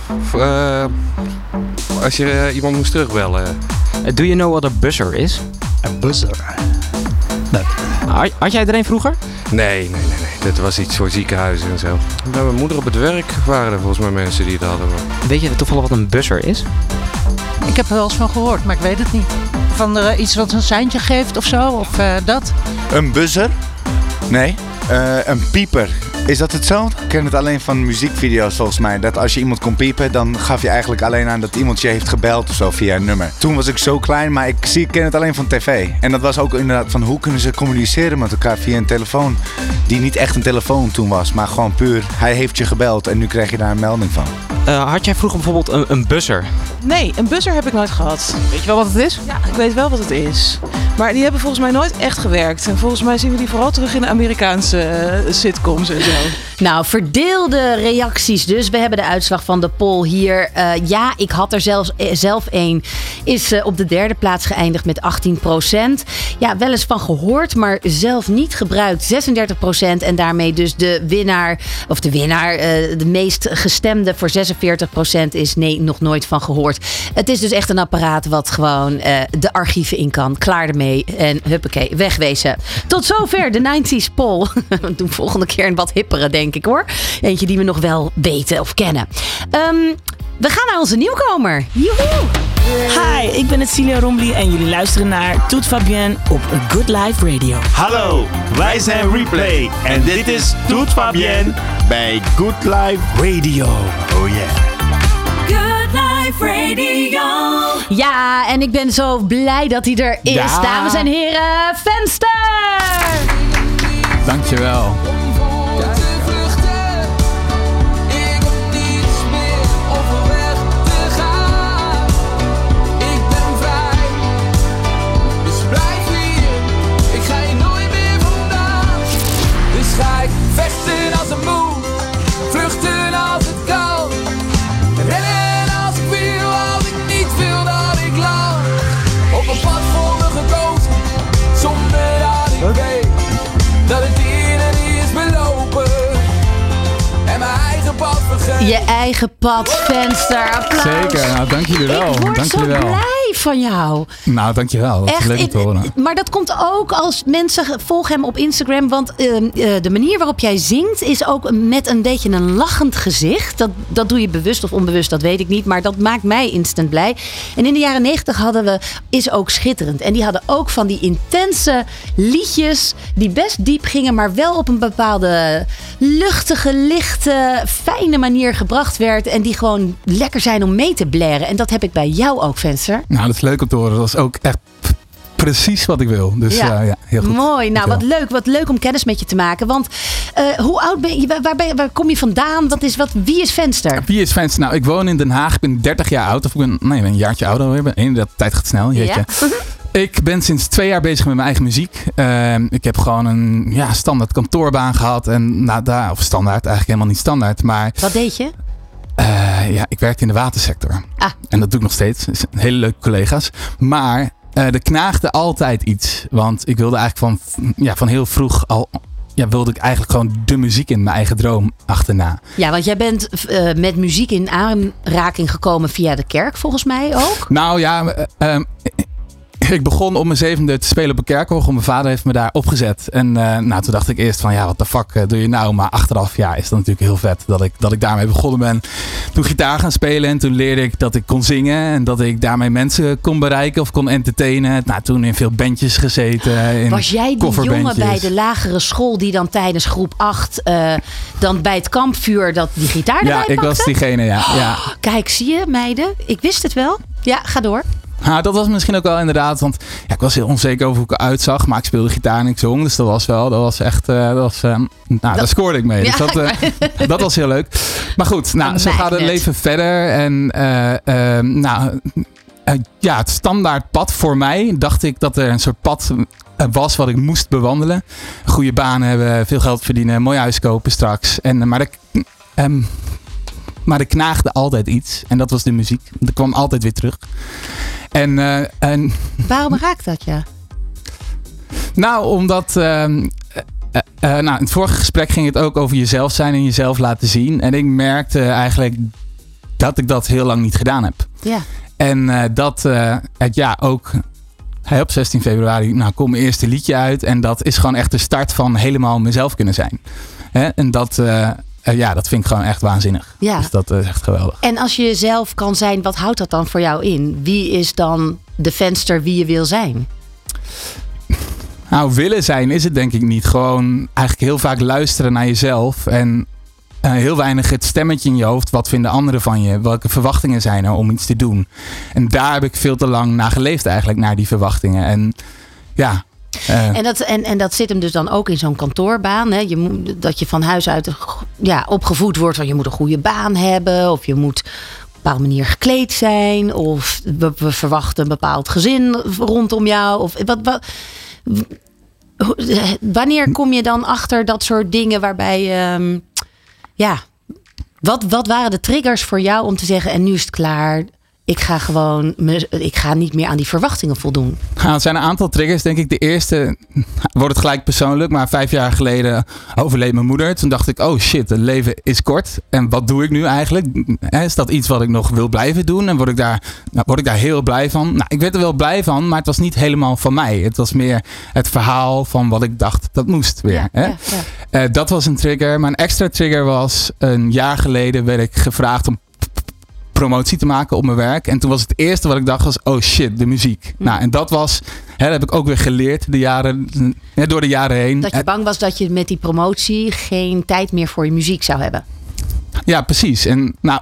Uh, als je uh, iemand moest terugbellen. Uh, do you know what a buzzer is? Een buzzer? Nee. Had, had jij er een vroeger? Nee, nee, nee, nee. Dat was iets voor ziekenhuizen en zo. Bij mijn moeder op het werk waren er volgens mij mensen die dat hadden. Maar... Weet je toevallig wat een buzzer is? Ik heb er wel eens van gehoord, maar ik weet het niet. Van uh, iets wat een seintje geeft of zo, of uh, dat. Een buzzer? Nee. Uh, een pieper. Is dat hetzelfde? Ik ken het alleen van muziekvideo's volgens mij. Dat als je iemand kon piepen, dan gaf je eigenlijk alleen aan dat iemand je heeft gebeld of zo via een nummer. Toen was ik zo klein, maar ik zie, ken het alleen van tv. En dat was ook inderdaad van hoe kunnen ze communiceren met elkaar via een telefoon. Die niet echt een telefoon toen was, maar gewoon puur. Hij heeft je gebeld en nu krijg je daar een melding van. Uh, had jij vroeger bijvoorbeeld een, een buzzer? Nee, een buzzer heb ik nooit gehad. Weet je wel wat het is? Ja, ik weet wel wat het is. Maar die hebben volgens mij nooit echt gewerkt. En volgens mij zien we die vooral terug in de Amerikaanse uh, sitcoms en zo. Nou, verdeelde reacties dus. We hebben de uitslag van de poll hier. Uh, ja, ik had er zelfs, eh, zelf één. Is uh, op de derde plaats geëindigd met achttien procent. Ja, wel eens van gehoord, maar zelf niet gebruikt. zesendertig procent. En daarmee dus de winnaar, of de winnaar, uh, de meest gestemde voor zesenveertig procent is nee, nog nooit van gehoord. Het is dus echt een apparaat wat gewoon uh, de archieven in kan. Klaar ermee en huppakee, wegwezen. Tot zover de negentiger poll. We doen volgende keer een wat hippere, denk ik hoor. Eentje die we nog wel weten of kennen. Um, we gaan naar onze nieuwkomer. Joehoe! Hi, ik ben Celia Rombly en jullie luisteren naar Toet Fabienne op Good Life Radio. Hallo, wij zijn Replay en dit is Toet Fabienne bij Good Life Radio. Oh yeah. Good Life Radio. Ja, en ik ben zo blij dat hij er is. Ja. Dames en heren, Venster! Dankjewel. Vechten als een moe, vluchten als het kan. Rennen als ik wil, als ik niet wil dat ik lang. Op een pad voor me gekozen, zonder dat ik weet dat het hier en hier is belopen. En mijn eigen pad vergeten. Je eigen pad, Venster. Applaus. Zeker, nou dank jullie wel. Ik word dank zo jullie wel. blij van jou. Nou, dankjewel. Dat is Echt, leuk om te horen. Maar dat komt ook als mensen volgen hem op Instagram. Want uh, uh, de manier waarop jij zingt is ook met een beetje een lachend gezicht. Dat, dat doe je bewust of onbewust, dat weet ik niet. Maar dat maakt mij instant blij. En in de jaren negentig hadden we Is Ook Schitterend. En die hadden ook van die intense liedjes die best diep gingen. Maar wel op een bepaalde luchtige, lichte, fijne manier gebracht werd. En die gewoon lekker zijn om mee te blaren. En dat heb ik bij jou ook, Venster. Nou, dat is leuk om te horen. Dat is ook echt precies wat ik wil. Dus ja, uh, ja heel goed. Mooi. Nou, wat leuk. Wat leuk om kennis met je te maken. Want uh, hoe oud ben je? Waar, ben je? Waar kom je vandaan? Wat is, wat, wie is Venster? Wie is Venster? Nou, ik woon in Den Haag. Ik ben dertig jaar oud. Of ik ben, nee, een jaartje ouder. Ik ben, de tijd gaat snel. Jeetje. Ja. Ik ben sinds twee jaar bezig met mijn eigen muziek. Uh, ik heb gewoon een ja, standaard kantoorbaan gehad. En, nou, daar, of standaard, eigenlijk helemaal niet standaard. Maar, Wat deed je? Uh, ja, ik werkte in de watersector. Ah. En dat doe ik nog steeds. Hele leuke collega's. Maar uh, er knaagde altijd iets. Want ik wilde eigenlijk van, ja, van heel vroeg al... Ja, wilde ik eigenlijk gewoon de muziek in mijn eigen droom achterna. Ja, want jij bent uh, met muziek in aanraking gekomen via de kerk, volgens mij ook. Nou ja, uh, uh, ik begon op mijn zevende te spelen op een kerkorgel. Mijn vader heeft me daar opgezet. En uh, nou, toen dacht ik eerst van ja, wat de fuck uh, doe je nou? Maar achteraf ja, is dat natuurlijk heel vet dat ik, dat ik daarmee begonnen ben. Toen gitaar gaan spelen en toen leerde ik dat ik kon zingen. En dat ik daarmee mensen kon bereiken of kon entertainen. Nou, toen in veel bandjes gezeten. In Was jij die jongen bij de lagere school die dan tijdens groep acht uh, dan bij het kampvuur dat die gitaar erbij pakte? Ja, ik was diegene, ja. ja. Oh, kijk, zie je meiden? Ik wist het wel. Ja, ga door. Nou, dat was misschien ook wel inderdaad, want ja, ik was heel onzeker over hoe ik eruit zag, maar ik speelde gitaar en ik zong, dus dat was wel, dat was echt, uh, dat was, uh, nou, dat, daar scoorde ik mee. Dus ja, dat, uh, dat was heel leuk. Maar goed, nou, zo gaat het leven verder en uh, uh, nou, uh, ja, het standaard pad voor mij, dacht ik dat er een soort pad was wat ik moest bewandelen. Een goede baan hebben, veel geld verdienen, een mooi huis kopen straks. En, maar de, um, Maar er knaagde altijd iets. En dat was de muziek. Dat kwam altijd weer terug. En, uh, en... Waarom raakt dat je? Nou, omdat... Uh, uh, uh, nou, in het vorige gesprek ging het ook over jezelf zijn en jezelf laten zien. En ik merkte eigenlijk dat ik dat heel lang niet gedaan heb. Ja. En uh, dat uh, het ja ook... Hey, op zestien februari nou, komt mijn eerste liedje uit. En dat is gewoon echt de start van helemaal mezelf kunnen zijn. Hè? En dat... Uh, Uh, ja, dat vind ik gewoon echt waanzinnig. Ja. Dus dat is echt geweldig. En als je jezelf kan zijn, wat houdt dat dan voor jou in? Wie is dan de venster wie je wil zijn? Nou, willen zijn is het denk ik niet. Gewoon eigenlijk heel vaak luisteren naar jezelf. En uh, heel weinig het stemmetje in je hoofd. Wat vinden anderen van je? Welke verwachtingen zijn er om iets te doen? En daar heb ik veel te lang naar geleefd eigenlijk. Naar die verwachtingen. En ja... Uh. En, dat, en, en dat zit hem dus dan ook in zo'n kantoorbaan. Hè? Je moet, dat je van huis uit ja, opgevoed wordt van je moet een goede baan hebben. Of je moet op een bepaalde manier gekleed zijn. Of we, we verwachten een bepaald gezin rondom jou. Of wat, wat, wanneer kom je dan achter dat soort dingen waarbij... Um, ja, wat, wat waren de triggers voor jou om te zeggen en nu is het klaar... Ik ga gewoon, ik ga niet meer aan die verwachtingen voldoen. Nou, het zijn een aantal triggers, denk ik. De eerste, wordt het gelijk persoonlijk, maar vijf jaar geleden overleed mijn moeder. Toen dacht ik, oh shit, het leven is kort. En wat doe ik nu eigenlijk? Is dat iets wat ik nog wil blijven doen? En word ik daar, nou, word ik daar heel blij van? Nou, ik werd er wel blij van, maar het was niet helemaal van mij. Het was meer het verhaal van wat ik dacht dat moest weer. Ja, hè? ja, ja. Uh, dat was een trigger. Maar een extra trigger was, een jaar geleden werd ik gevraagd om promotie te maken op mijn werk. En toen was het eerste wat ik dacht was, oh shit, de muziek. Mm. Nou, en dat was, hè, dat heb ik ook weer geleerd de jaren, hè, door de jaren heen. Dat je bang was dat je met die promotie geen tijd meer voor je muziek zou hebben. Ja, precies. En nou,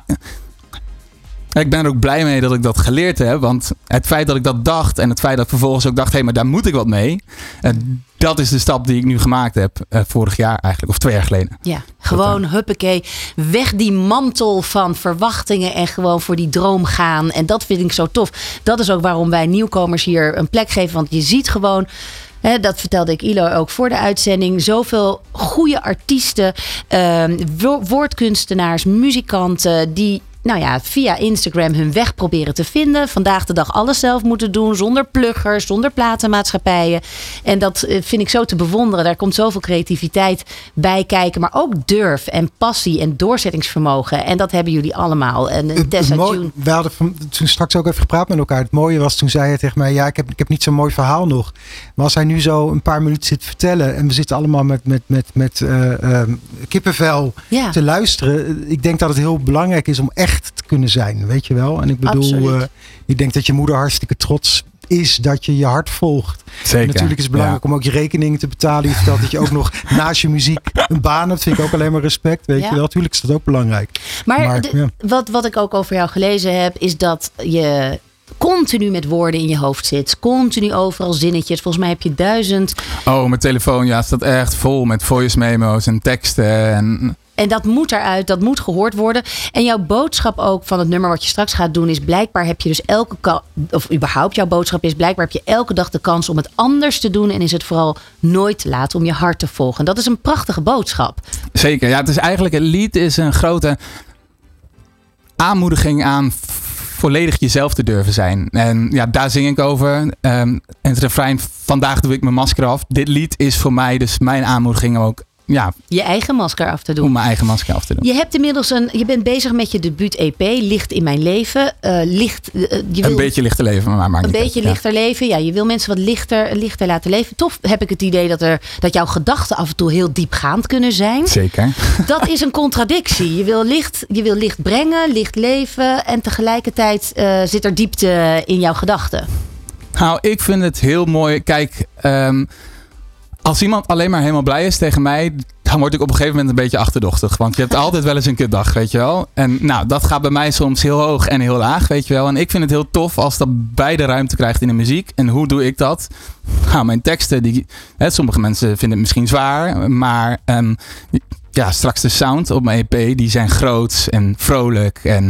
ik ben er ook blij mee dat ik dat geleerd heb. Want het feit dat ik dat dacht en het feit dat ik vervolgens ook dacht, hé, hey, maar daar moet ik wat mee. En dat is de stap die ik nu gemaakt heb. Uh, vorig jaar eigenlijk, of twee jaar geleden. Ja, gewoon uh, huppakee. Weg die mantel van verwachtingen en gewoon voor die droom gaan. En dat vind ik zo tof. Dat is ook waarom wij nieuwkomers hier een plek geven. Want je ziet gewoon... He, dat vertelde ik Ilo ook voor de uitzending. Zoveel goede artiesten, uh, woordkunstenaars, muzikanten... die nou ja, via Instagram hun weg proberen te vinden. Vandaag de dag alles zelf moeten doen. Zonder pluggers, zonder platenmaatschappijen. En dat vind ik zo te bewonderen. Daar komt zoveel creativiteit bij kijken. Maar ook durf en passie en doorzettingsvermogen. En dat hebben jullie allemaal. En het, Tessa het mooi, June. We hadden van, toen straks ook even gepraat met elkaar. Het mooie was, toen zei hij tegen mij... ja, ik heb, ik heb niet zo'n mooi verhaal nog. Maar als hij nu zo een paar minuten zit te vertellen... en we zitten allemaal met, met, met, met uh, uh, kippenvel ja. te luisteren... ik denk dat het heel belangrijk is om echt te kunnen zijn, weet je wel. En ik bedoel, uh, ik denk dat je moeder hartstikke trots is dat je je hart volgt. Zeker. En natuurlijk is het belangrijk ja. om ook je rekeningen te betalen. Je vertelt dat je ook nog naast je muziek een baan hebt. Vind ik ook alleen maar respect, weet ja. je wel. Natuurlijk is dat ook belangrijk. Maar, maar de, ja. wat, wat ik ook over jou gelezen heb, is dat je continu met woorden in je hoofd zit. Continu overal zinnetjes. Volgens mij heb je duizend... Oh, mijn telefoon ja, staat echt vol met voice memo's en teksten en... En dat moet eruit, dat moet gehoord worden. En jouw boodschap ook van het nummer wat je straks gaat doen is blijkbaar heb je dus elke ka- of überhaupt jouw boodschap is blijkbaar heb je elke dag de kans om het anders te doen en is het vooral nooit te laat om je hart te volgen. En dat is een prachtige boodschap. Zeker, ja, het is eigenlijk een lied is een grote aanmoediging aan volledig jezelf te durven zijn. En ja, daar zing ik over. Um, en het refrein, vandaag doe ik mijn masker af. Dit lied is voor mij dus mijn aanmoediging om ook ja, je eigen masker af te doen. Om mijn eigen masker af te doen. Je hebt inmiddels een, je bent bezig met je debuut-E P, Licht in mijn leven. Uh, licht, uh, je wil, een beetje lichter leven, maar maakt Een niet beetje uit, lichter ja. leven. Ja, je wil mensen wat lichter, lichter laten leven. Toch heb ik het idee dat, er, dat jouw gedachten af en toe heel diepgaand kunnen zijn. Zeker. Dat is een contradictie. Je wil licht, je wil licht brengen, licht leven en tegelijkertijd uh, zit er diepte in jouw gedachten. Nou, ik vind het heel mooi. Kijk, um, als iemand alleen maar helemaal blij is tegen mij, dan word ik op een gegeven moment een beetje achterdochtig. Want je hebt altijd wel eens een kutdag, weet je wel. En nou, dat gaat bij mij soms heel hoog en heel laag, weet je wel. En ik vind het heel tof als dat beide ruimte krijgt in de muziek. En hoe doe ik dat? Nou, mijn teksten, die, hè, sommige mensen vinden het misschien zwaar. Maar um, ja, straks de sound op mijn E P, die zijn groots en vrolijk en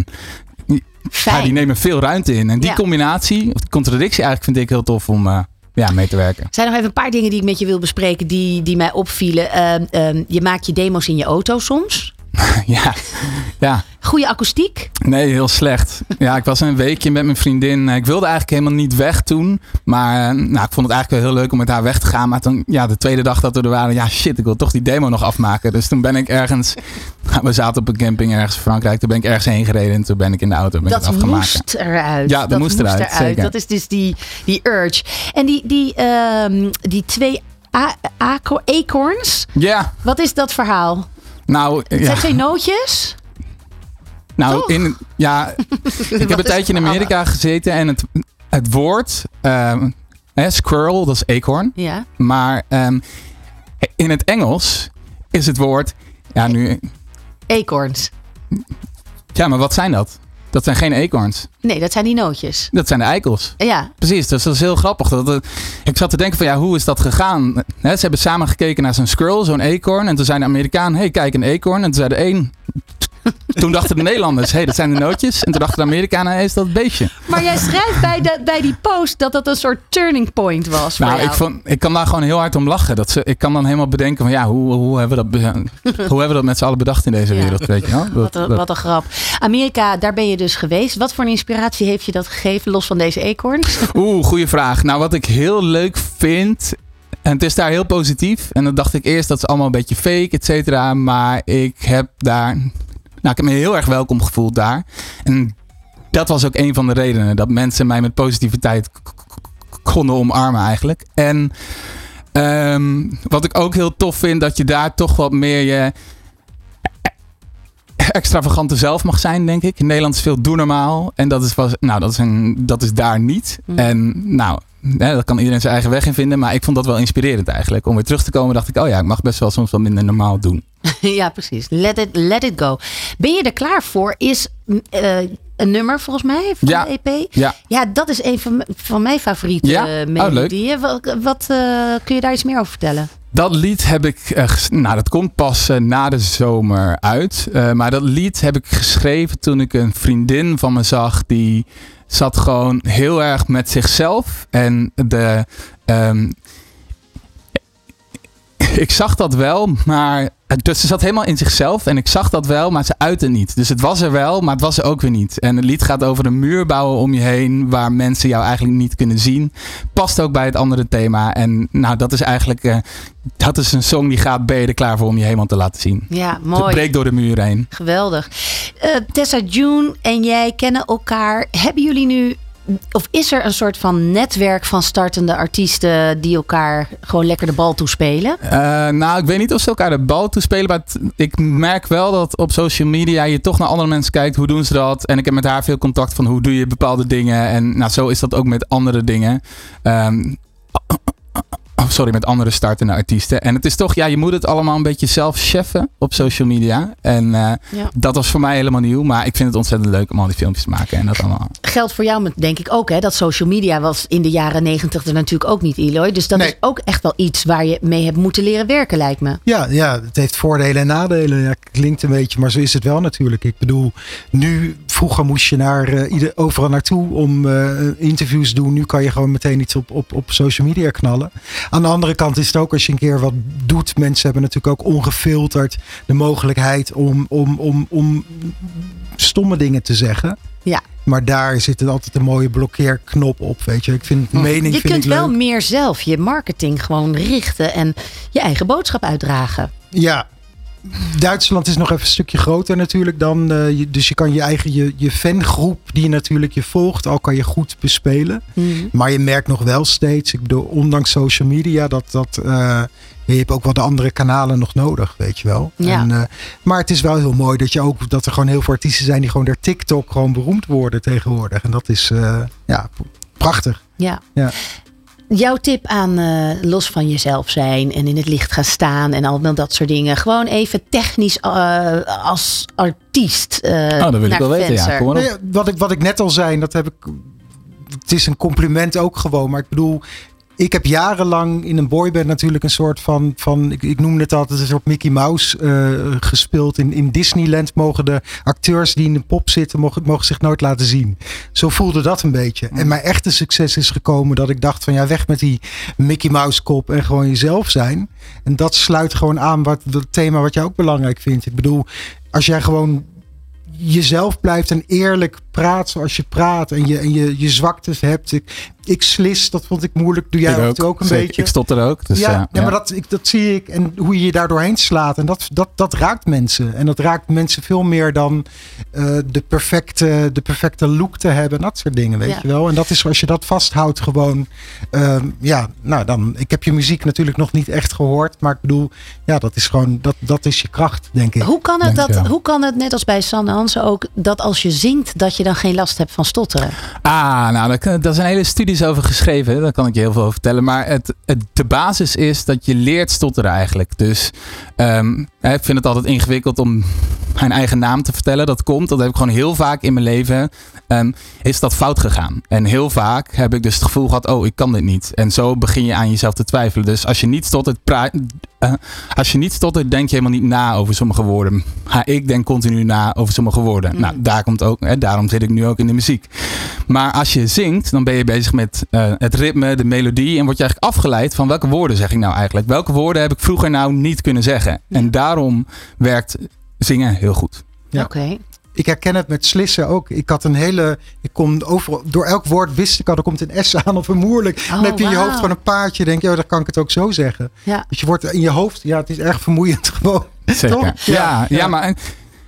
ja, die nemen veel ruimte in. En die ja. combinatie, of die contradictie eigenlijk vind ik heel tof om Uh, Ja, mee te werken. Er zijn nog even een paar dingen die ik met je wil bespreken die, die mij opvielen. Uh, um, je maakt je demo's in je auto soms. ja, ja. Goede akoestiek? Nee, heel slecht. Ja, ik was een weekje met mijn vriendin. Ik wilde eigenlijk helemaal niet weg toen. Maar nou, ik vond het eigenlijk wel heel leuk om met haar weg te gaan. Maar toen, ja, de tweede dag dat we er waren, ja shit, ik wil toch die demo nog afmaken. Dus toen ben ik ergens, nou, we zaten op een camping ergens in Frankrijk. Toen ben ik ergens heen gereden en toen ben ik in de auto ben dat ik afgemaakt. moest eruit. Ja, dat, dat moest eruit. eruit. Zeker. Dat is dus die, die urge. En die, die, uh, die twee a- a- acorns. Ja. Wat is dat verhaal? Nou, het ja. zijn twee nootjes. Nou, in, ja, ik heb een tijdje in Amerika gezeten en het, het woord uh, eh, squirrel, dat is eekhoorn. Ja. Maar um, in het Engels is het woord, ja nu... Acorns. Ja, maar wat zijn dat? Dat zijn geen eekhoorns. Nee, dat zijn die nootjes. Dat zijn de eikels. Ja. Precies, dus dat is heel grappig. Dat, dat, ik zat te denken van ja, hoe is dat gegaan? He, ze hebben samen gekeken naar zo'n squirrel, zo'n eekhoorn. En toen zei de Amerikaan, hé hey, kijk een eekhoorn. En toen zei de een... Toen dachten de Nederlanders, hé, hey, dat zijn de nootjes. En toen dachten de Amerikanen, hé, is dat het beestje. Maar jij schrijft bij, de, bij die post dat dat een soort turning point was voor nou, jou. Ik, vond, ik kan daar gewoon heel hard om lachen. Dat ze, ik kan dan helemaal bedenken van, ja, hoe, hoe, hebben, we dat, hoe hebben we dat met z'n allen bedacht in deze ja. wereld? Weet je wel? Dat, wat, een, wat een grap. Amerika, daar ben je dus geweest. Wat voor een inspiratie heeft je dat gegeven, los van deze eekhoorns? Oeh, goede vraag. Nou, wat ik heel leuk vind... En het is daar heel positief. En dan dacht ik eerst, dat is allemaal een beetje fake, et cetera. Maar ik heb daar... Nou, ik heb me heel erg welkom gevoeld daar. En dat was ook een van de redenen. Dat mensen mij met positiviteit k- k- konden omarmen eigenlijk. En um, wat ik ook heel tof vind, dat je daar toch wat meer je extravagante zelf mag zijn, denk ik. In Nederland is veel doe normaal. En dat is, was, nou, dat is, een, dat is daar niet. Mm. En nou... Ja, dat kan iedereen zijn eigen weg in vinden. Maar ik vond dat wel inspirerend eigenlijk. Om weer terug te komen dacht ik, oh ja, ik mag best wel soms wat minder normaal doen. Ja, precies. Let it, let it go. Ben je er klaar voor? Is uh, een nummer volgens mij van ja. de E P? Ja. Ja, dat is een van, van mijn favoriete ja? uh, melodieën. Oh, wat wat uh, kun je daar iets meer over vertellen? Dat lied heb ik, uh, ges- nou dat komt pas uh, na de zomer uit. Uh, maar dat lied heb ik geschreven toen ik een vriendin van me zag die... zat gewoon heel erg met zichzelf. En de, um, ik zag dat wel, maar... Dus ze zat helemaal in zichzelf en ik zag dat wel, maar ze uitte niet. Dus het was er wel, maar het was er ook weer niet. En het lied gaat over een muur bouwen om je heen... waar mensen jou eigenlijk niet kunnen zien. Past ook bij het andere thema. En nou, dat is eigenlijk... Uh, dat is een song die gaat, ben je er klaar voor om je helemaal te laten zien. Ja, mooi. Het breekt door de muur heen. Geweldig. Uh, Tessa June en jij kennen elkaar. Hebben jullie nu... Of is er een soort van netwerk van startende artiesten die elkaar gewoon lekker de bal toespelen? Uh, nou, ik weet niet of ze elkaar de bal toespelen. Maar het, ik merk wel dat op social media je toch naar andere mensen kijkt. Hoe doen ze dat? En ik heb met haar veel contact van hoe doe je bepaalde dingen. En nou, zo is dat ook met andere dingen. Um, sorry, met andere startende artiesten. En het is toch, ja, je moet het allemaal een beetje zelf cheffen op social media. En uh, ja. dat was voor mij helemaal nieuw. Maar ik vind het ontzettend leuk om al die filmpjes te maken. En dat allemaal. Geldt voor jou denk ik ook, hè? Dat social media was in de jaren negentig er natuurlijk ook niet, Eloy. Dus dat nee. is ook echt wel iets waar je mee hebt moeten leren werken, lijkt me. Ja, ja, het heeft voordelen en nadelen. Ja, klinkt een beetje, maar zo is het wel natuurlijk. Ik bedoel, nu, vroeger moest je naar, uh, ieder, overal naartoe om uh, interviews te doen. Nu kan je gewoon meteen iets op, op, op social media knallen. Aan de andere kant is het ook als je een keer wat doet. Mensen hebben natuurlijk ook ongefilterd de mogelijkheid om, om, om, om stomme dingen te zeggen. Ja. Maar daar zit er altijd een mooie blokkeerknop op, weet je. Ik vind mening je vind ik kunt wel leuk. meer zelf je marketing gewoon richten en je eigen boodschap uitdragen. Ja. Duitsland is nog even een stukje groter natuurlijk dan. Uh, je, dus je kan je eigen, je, je fangroep die natuurlijk je volgt, al kan je goed bespelen. Mm-hmm. Maar je merkt nog wel steeds, ik bedoel, ondanks social media, dat dat... Uh, je hebt ook wel de andere kanalen nog nodig, weet je wel. Ja. En, uh, maar het is wel heel mooi dat je ook dat er gewoon heel veel artiesten zijn die gewoon door TikTok gewoon beroemd worden tegenwoordig. En dat is uh, ja, prachtig. Ja. ja. Jouw tip aan uh, los van jezelf zijn en in het licht gaan staan en al dat soort dingen. Gewoon even technisch uh, als artiest. Uh, oh, dat wil ik wel weten, ja. Kom maar op. Nee, wat, ik, wat ik net al zei, dat heb ik. Het is een compliment ook gewoon, maar ik bedoel. Ik heb jarenlang in een boyband natuurlijk een soort van, van ik, ik noem het altijd een soort Mickey Mouse uh, gespeeld. In, in Disneyland mogen de acteurs die in de pop zitten, mogen, mogen zich nooit laten zien. Zo voelde dat een beetje. En mijn echte succes is gekomen dat ik dacht van ja, weg met die Mickey Mouse kop en gewoon jezelf zijn. En dat sluit gewoon aan wat het thema wat jij ook belangrijk vindt. Ik bedoel, als jij gewoon jezelf blijft en eerlijk praat zoals je praat en je, en je, je zwaktes hebt. Ik, ik slis, dat vond ik moeilijk. Doe jij ik ook, ook een zeker. beetje? Ik stotter ook. Dus, ja, uh, ja, ja, maar dat, ik, dat zie ik. En hoe je je daar doorheen slaat. En dat, dat, dat raakt mensen. En dat raakt mensen veel meer dan uh, de, perfecte, de perfecte look te hebben. Dat soort dingen, weet ja. je wel. En dat is als je dat vasthoudt gewoon. Uh, ja, nou dan. Ik heb je muziek natuurlijk nog niet echt gehoord. Maar ik bedoel, ja, dat is gewoon, dat, dat is je kracht, denk ik. Hoe kan het, denk, dat, ja. hoe kan het net als bij Sanne Hansen ook, dat als je zingt, dat je dan geen last hebt van stotteren? Ah, nou, daar, daar zijn hele studies over geschreven. Daar kan ik je heel veel over vertellen. Maar het, het, de basis is dat je leert stotteren eigenlijk. Dus um, ik vind het altijd ingewikkeld om mijn eigen naam te vertellen. Dat komt, dat heb ik gewoon heel vaak in mijn leven. Um, is dat fout gegaan. En heel vaak heb ik dus het gevoel gehad, oh, ik kan dit niet. En zo begin je aan jezelf te twijfelen. Dus als je niet stottert, pra- uh, als je niet stottert, denk je helemaal niet na over sommige woorden. Ha, ik denk continu na over sommige woorden. Mm. Nou, daar komt ook, hè, daarom zit ik nu ook in de muziek. Maar als je zingt, dan ben je bezig met uh, het ritme, de melodie. En word je eigenlijk afgeleid van welke woorden zeg ik nou eigenlijk. Welke woorden heb ik vroeger nou niet kunnen zeggen. Ja. En daarom werkt zingen heel goed. Ja. Oké. Okay. Ik herken het met slissen ook. Ik had een hele. Ik kon overal. Door elk woord wist ik al. Er komt een S aan of een moeilijk. Oh, dan heb je in je wow. hoofd gewoon een paardje. Denk je, oh, dan kan ik het ook zo zeggen. Ja. Dus je wordt in je hoofd. Ja, het is erg vermoeiend gewoon. Zeker. Toch? Ja, ja, ja. ja, maar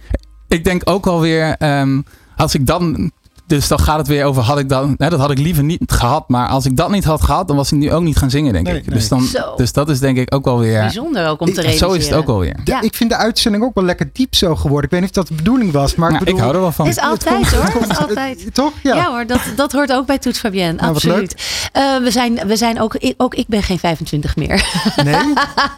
ik denk ook alweer. Um, als ik dan. Dus dan gaat het weer over, had ik dan, nou, dat had ik liever niet gehad. Maar als ik dat niet had gehad, dan was ik nu ook niet gaan zingen, denk nee, ik. Nee. Dus, dan, dus dat is denk ik ook wel weer. Bijzonder ook om te realiseren. Zo is het ook wel weer. Ja. Ik vind de uitzending ook wel lekker diep zo geworden. Ik weet niet of dat de bedoeling was. Maar nou, ik, bedoel, ik hou er wel van. Het is altijd het hoor. komt, Het is altijd. Het, toch? Ja. ja hoor, dat, dat hoort ook bij Toets Fabienne. Nou, absoluut. Uh, we zijn, we zijn ook, ik, ook ik ben geen vijfentwintig meer. Nee?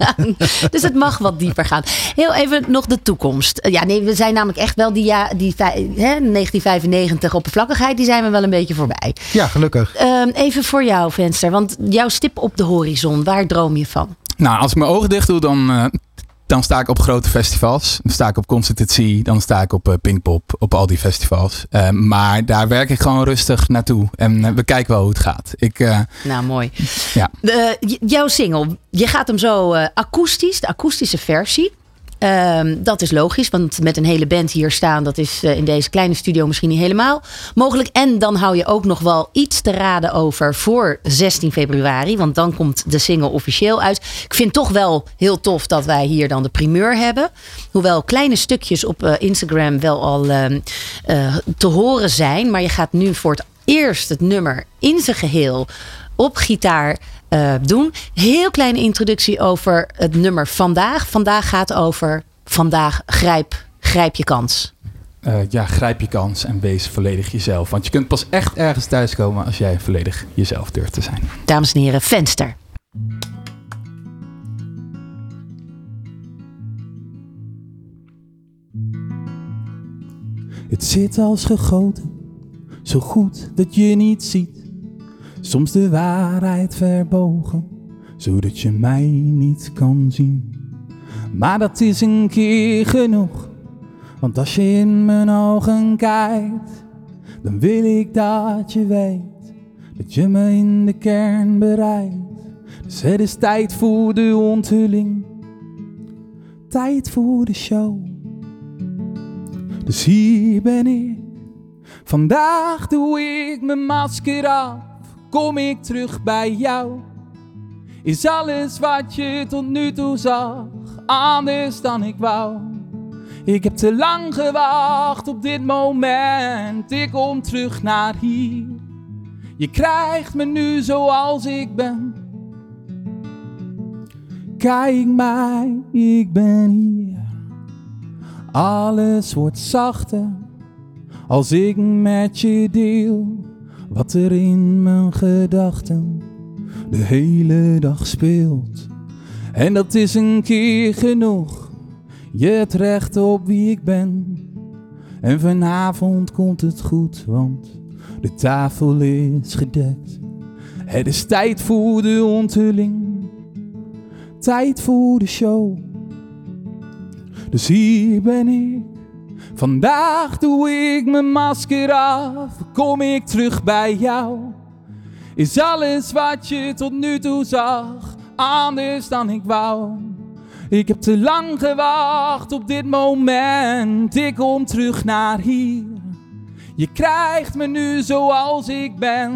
Dus het mag wat dieper gaan. Heel even nog de toekomst. Uh, ja, nee, we zijn namelijk echt wel die, ja, die hè, negentien vijfennegentig oppervlakkigheid. Die zijn we wel een beetje voorbij. Ja, gelukkig. Uh, even voor jou, Venster. Want jouw stip op de horizon, waar droom je van? Nou, als ik mijn ogen dicht doe, dan, uh, dan sta ik op grote festivals. Dan sta ik op Concert at Sea. Dan sta ik op uh, Pinkpop. Op al die festivals. Uh, maar daar werk ik gewoon rustig naartoe. En uh, we kijken wel hoe het gaat. Ik, uh, nou, mooi. Ja. Uh, j- jouw single. Je gaat hem zo uh, akoestisch. De akoestische versie. Um, dat is logisch, want met een hele band hier staan, dat is uh, in deze kleine studio misschien niet helemaal mogelijk. En dan hou je ook nog wel iets te raden over voor zestien februari, want dan komt de single officieel uit. Ik vind toch wel heel tof dat wij hier dan de primeur hebben. Hoewel kleine stukjes op uh, Instagram wel al uh, uh, te horen zijn, maar je gaat nu voor het eerst het nummer in zijn geheel op gitaar uh, doen. Heel kleine introductie over het nummer vandaag. Vandaag gaat over vandaag grijp, grijp je kans. Uh, ja, grijp je kans en wees volledig jezelf. Want je kunt pas echt ergens thuiskomen als jij volledig jezelf durft te zijn. Dames en heren, Venster. Het zit als gegoten, zo goed dat je niet ziet. Soms de waarheid verbogen, zodat je mij niet kan zien. Maar dat is een keer genoeg, want als je in mijn ogen kijkt, dan wil ik dat je weet, dat je me in de kern bereikt. Dus het is tijd voor de onthulling, tijd voor de show. Dus hier ben ik, vandaag doe ik mijn masker af, kom ik terug bij jou. Is alles wat je tot nu toe zag anders dan ik wou? Ik heb te lang gewacht op dit moment, ik kom terug naar hier. Je krijgt me nu zoals ik ben. Kijk mij, ik ben hier. Alles wordt zachter als ik met je deel wat er in mijn gedachten de hele dag speelt. En dat is een keer genoeg. Je hebt recht op wie ik ben. En vanavond komt het goed, want de tafel is gedekt. Het is tijd voor de onthulling, tijd voor de show. Dus hier ben ik, vandaag doe ik mijn masker af, kom ik terug bij jou. Is alles wat je tot nu toe zag anders dan ik wou? Ik heb te lang gewacht op dit moment, ik kom terug naar hier. Je krijgt me nu zoals ik ben.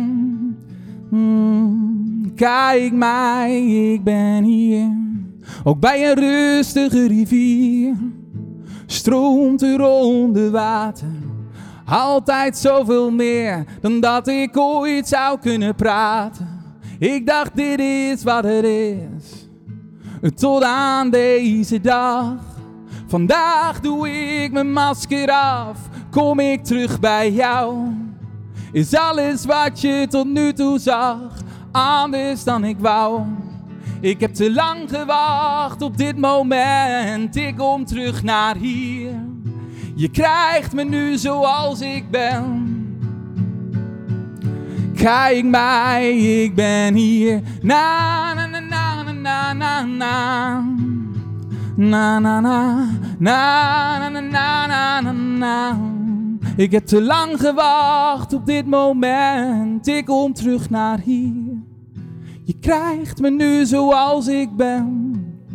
Hmm, kijk mij, ik ben hier. Ook bij een rustige rivier stroomt er onder water altijd zoveel meer dan dat ik ooit zou kunnen praten. Ik dacht dit is wat het is, tot aan deze dag. Vandaag doe ik mijn masker af, kom ik terug bij jou. Is alles wat je tot nu toe zag anders dan ik wou? Ik heb te lang gewacht op dit moment, ik kom terug naar hier. Je krijgt me nu zoals ik ben. Kijk mij, ik ben hier. Na na na na na na na. Na na na na na na na na na. Ik heb te lang gewacht op dit moment, ik kom terug naar hier. Je krijgt me nu zoals ik ben.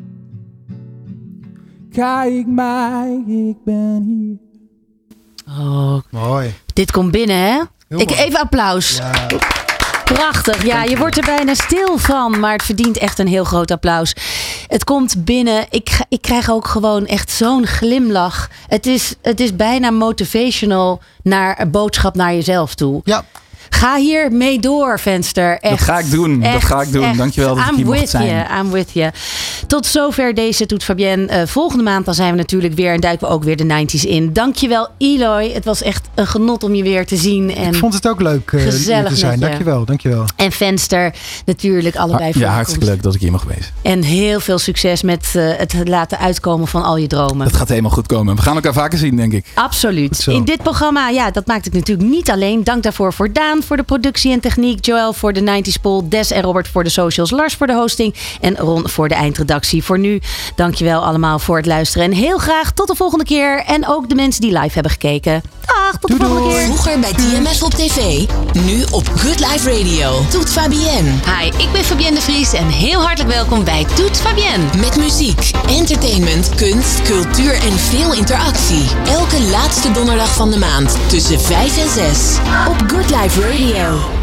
Kijk mij, ik ben hier. Oh, mooi. Dit komt binnen, hè? Ik, even applaus. Ja. Prachtig. Ja, je wordt er bijna stil van, maar het verdient echt een heel groot applaus. Het komt binnen. Ik, ik krijg ook gewoon echt zo'n glimlach. Het is, het is bijna motivational naar een boodschap naar jezelf toe. Ja. Ga hier mee door, Venster. Echt, dat ga ik doen. Echt, dat ga ik doen. Echt. Dankjewel dat I'm ik hier mocht zijn. You, I'm with you. Tot zover deze Toet Fabienne. Uh, volgende maand dan zijn we natuurlijk weer en duiken we ook weer de negentig's in. Dankjewel, Eloy. Het was echt een genot om je weer te zien. En ik vond het ook leuk uh, gezellig te zijn. Dankjewel, dankjewel. En Venster, natuurlijk allebei ha, voor Ja, hartstikke leuk dat ik hier mag wezen. En heel veel succes met uh, het laten uitkomen van al je dromen. Het gaat helemaal goed komen. We gaan elkaar vaker zien, denk ik. Absoluut. In dit programma, ja, dat maakt ik natuurlijk niet alleen. Dank daarvoor voor Daan voor de productie en techniek, Joël voor de negentig's poll, Des en Robert voor de socials, Lars voor de hosting en Ron voor de eindredactie. Voor nu, dankjewel allemaal voor het luisteren en heel graag tot de volgende keer. En ook de mensen die live hebben gekeken. Dag, tot de doei, volgende keer. Vroeger bij D M S op tv, nu op Good Life Radio. Toet Fabienne. Hi, ik ben Fabienne de Vries en heel hartelijk welkom bij Toet Fabienne. Met muziek, entertainment, kunst, cultuur en veel interactie. Elke laatste donderdag van de maand tussen vijf en zes op Good Life Radio.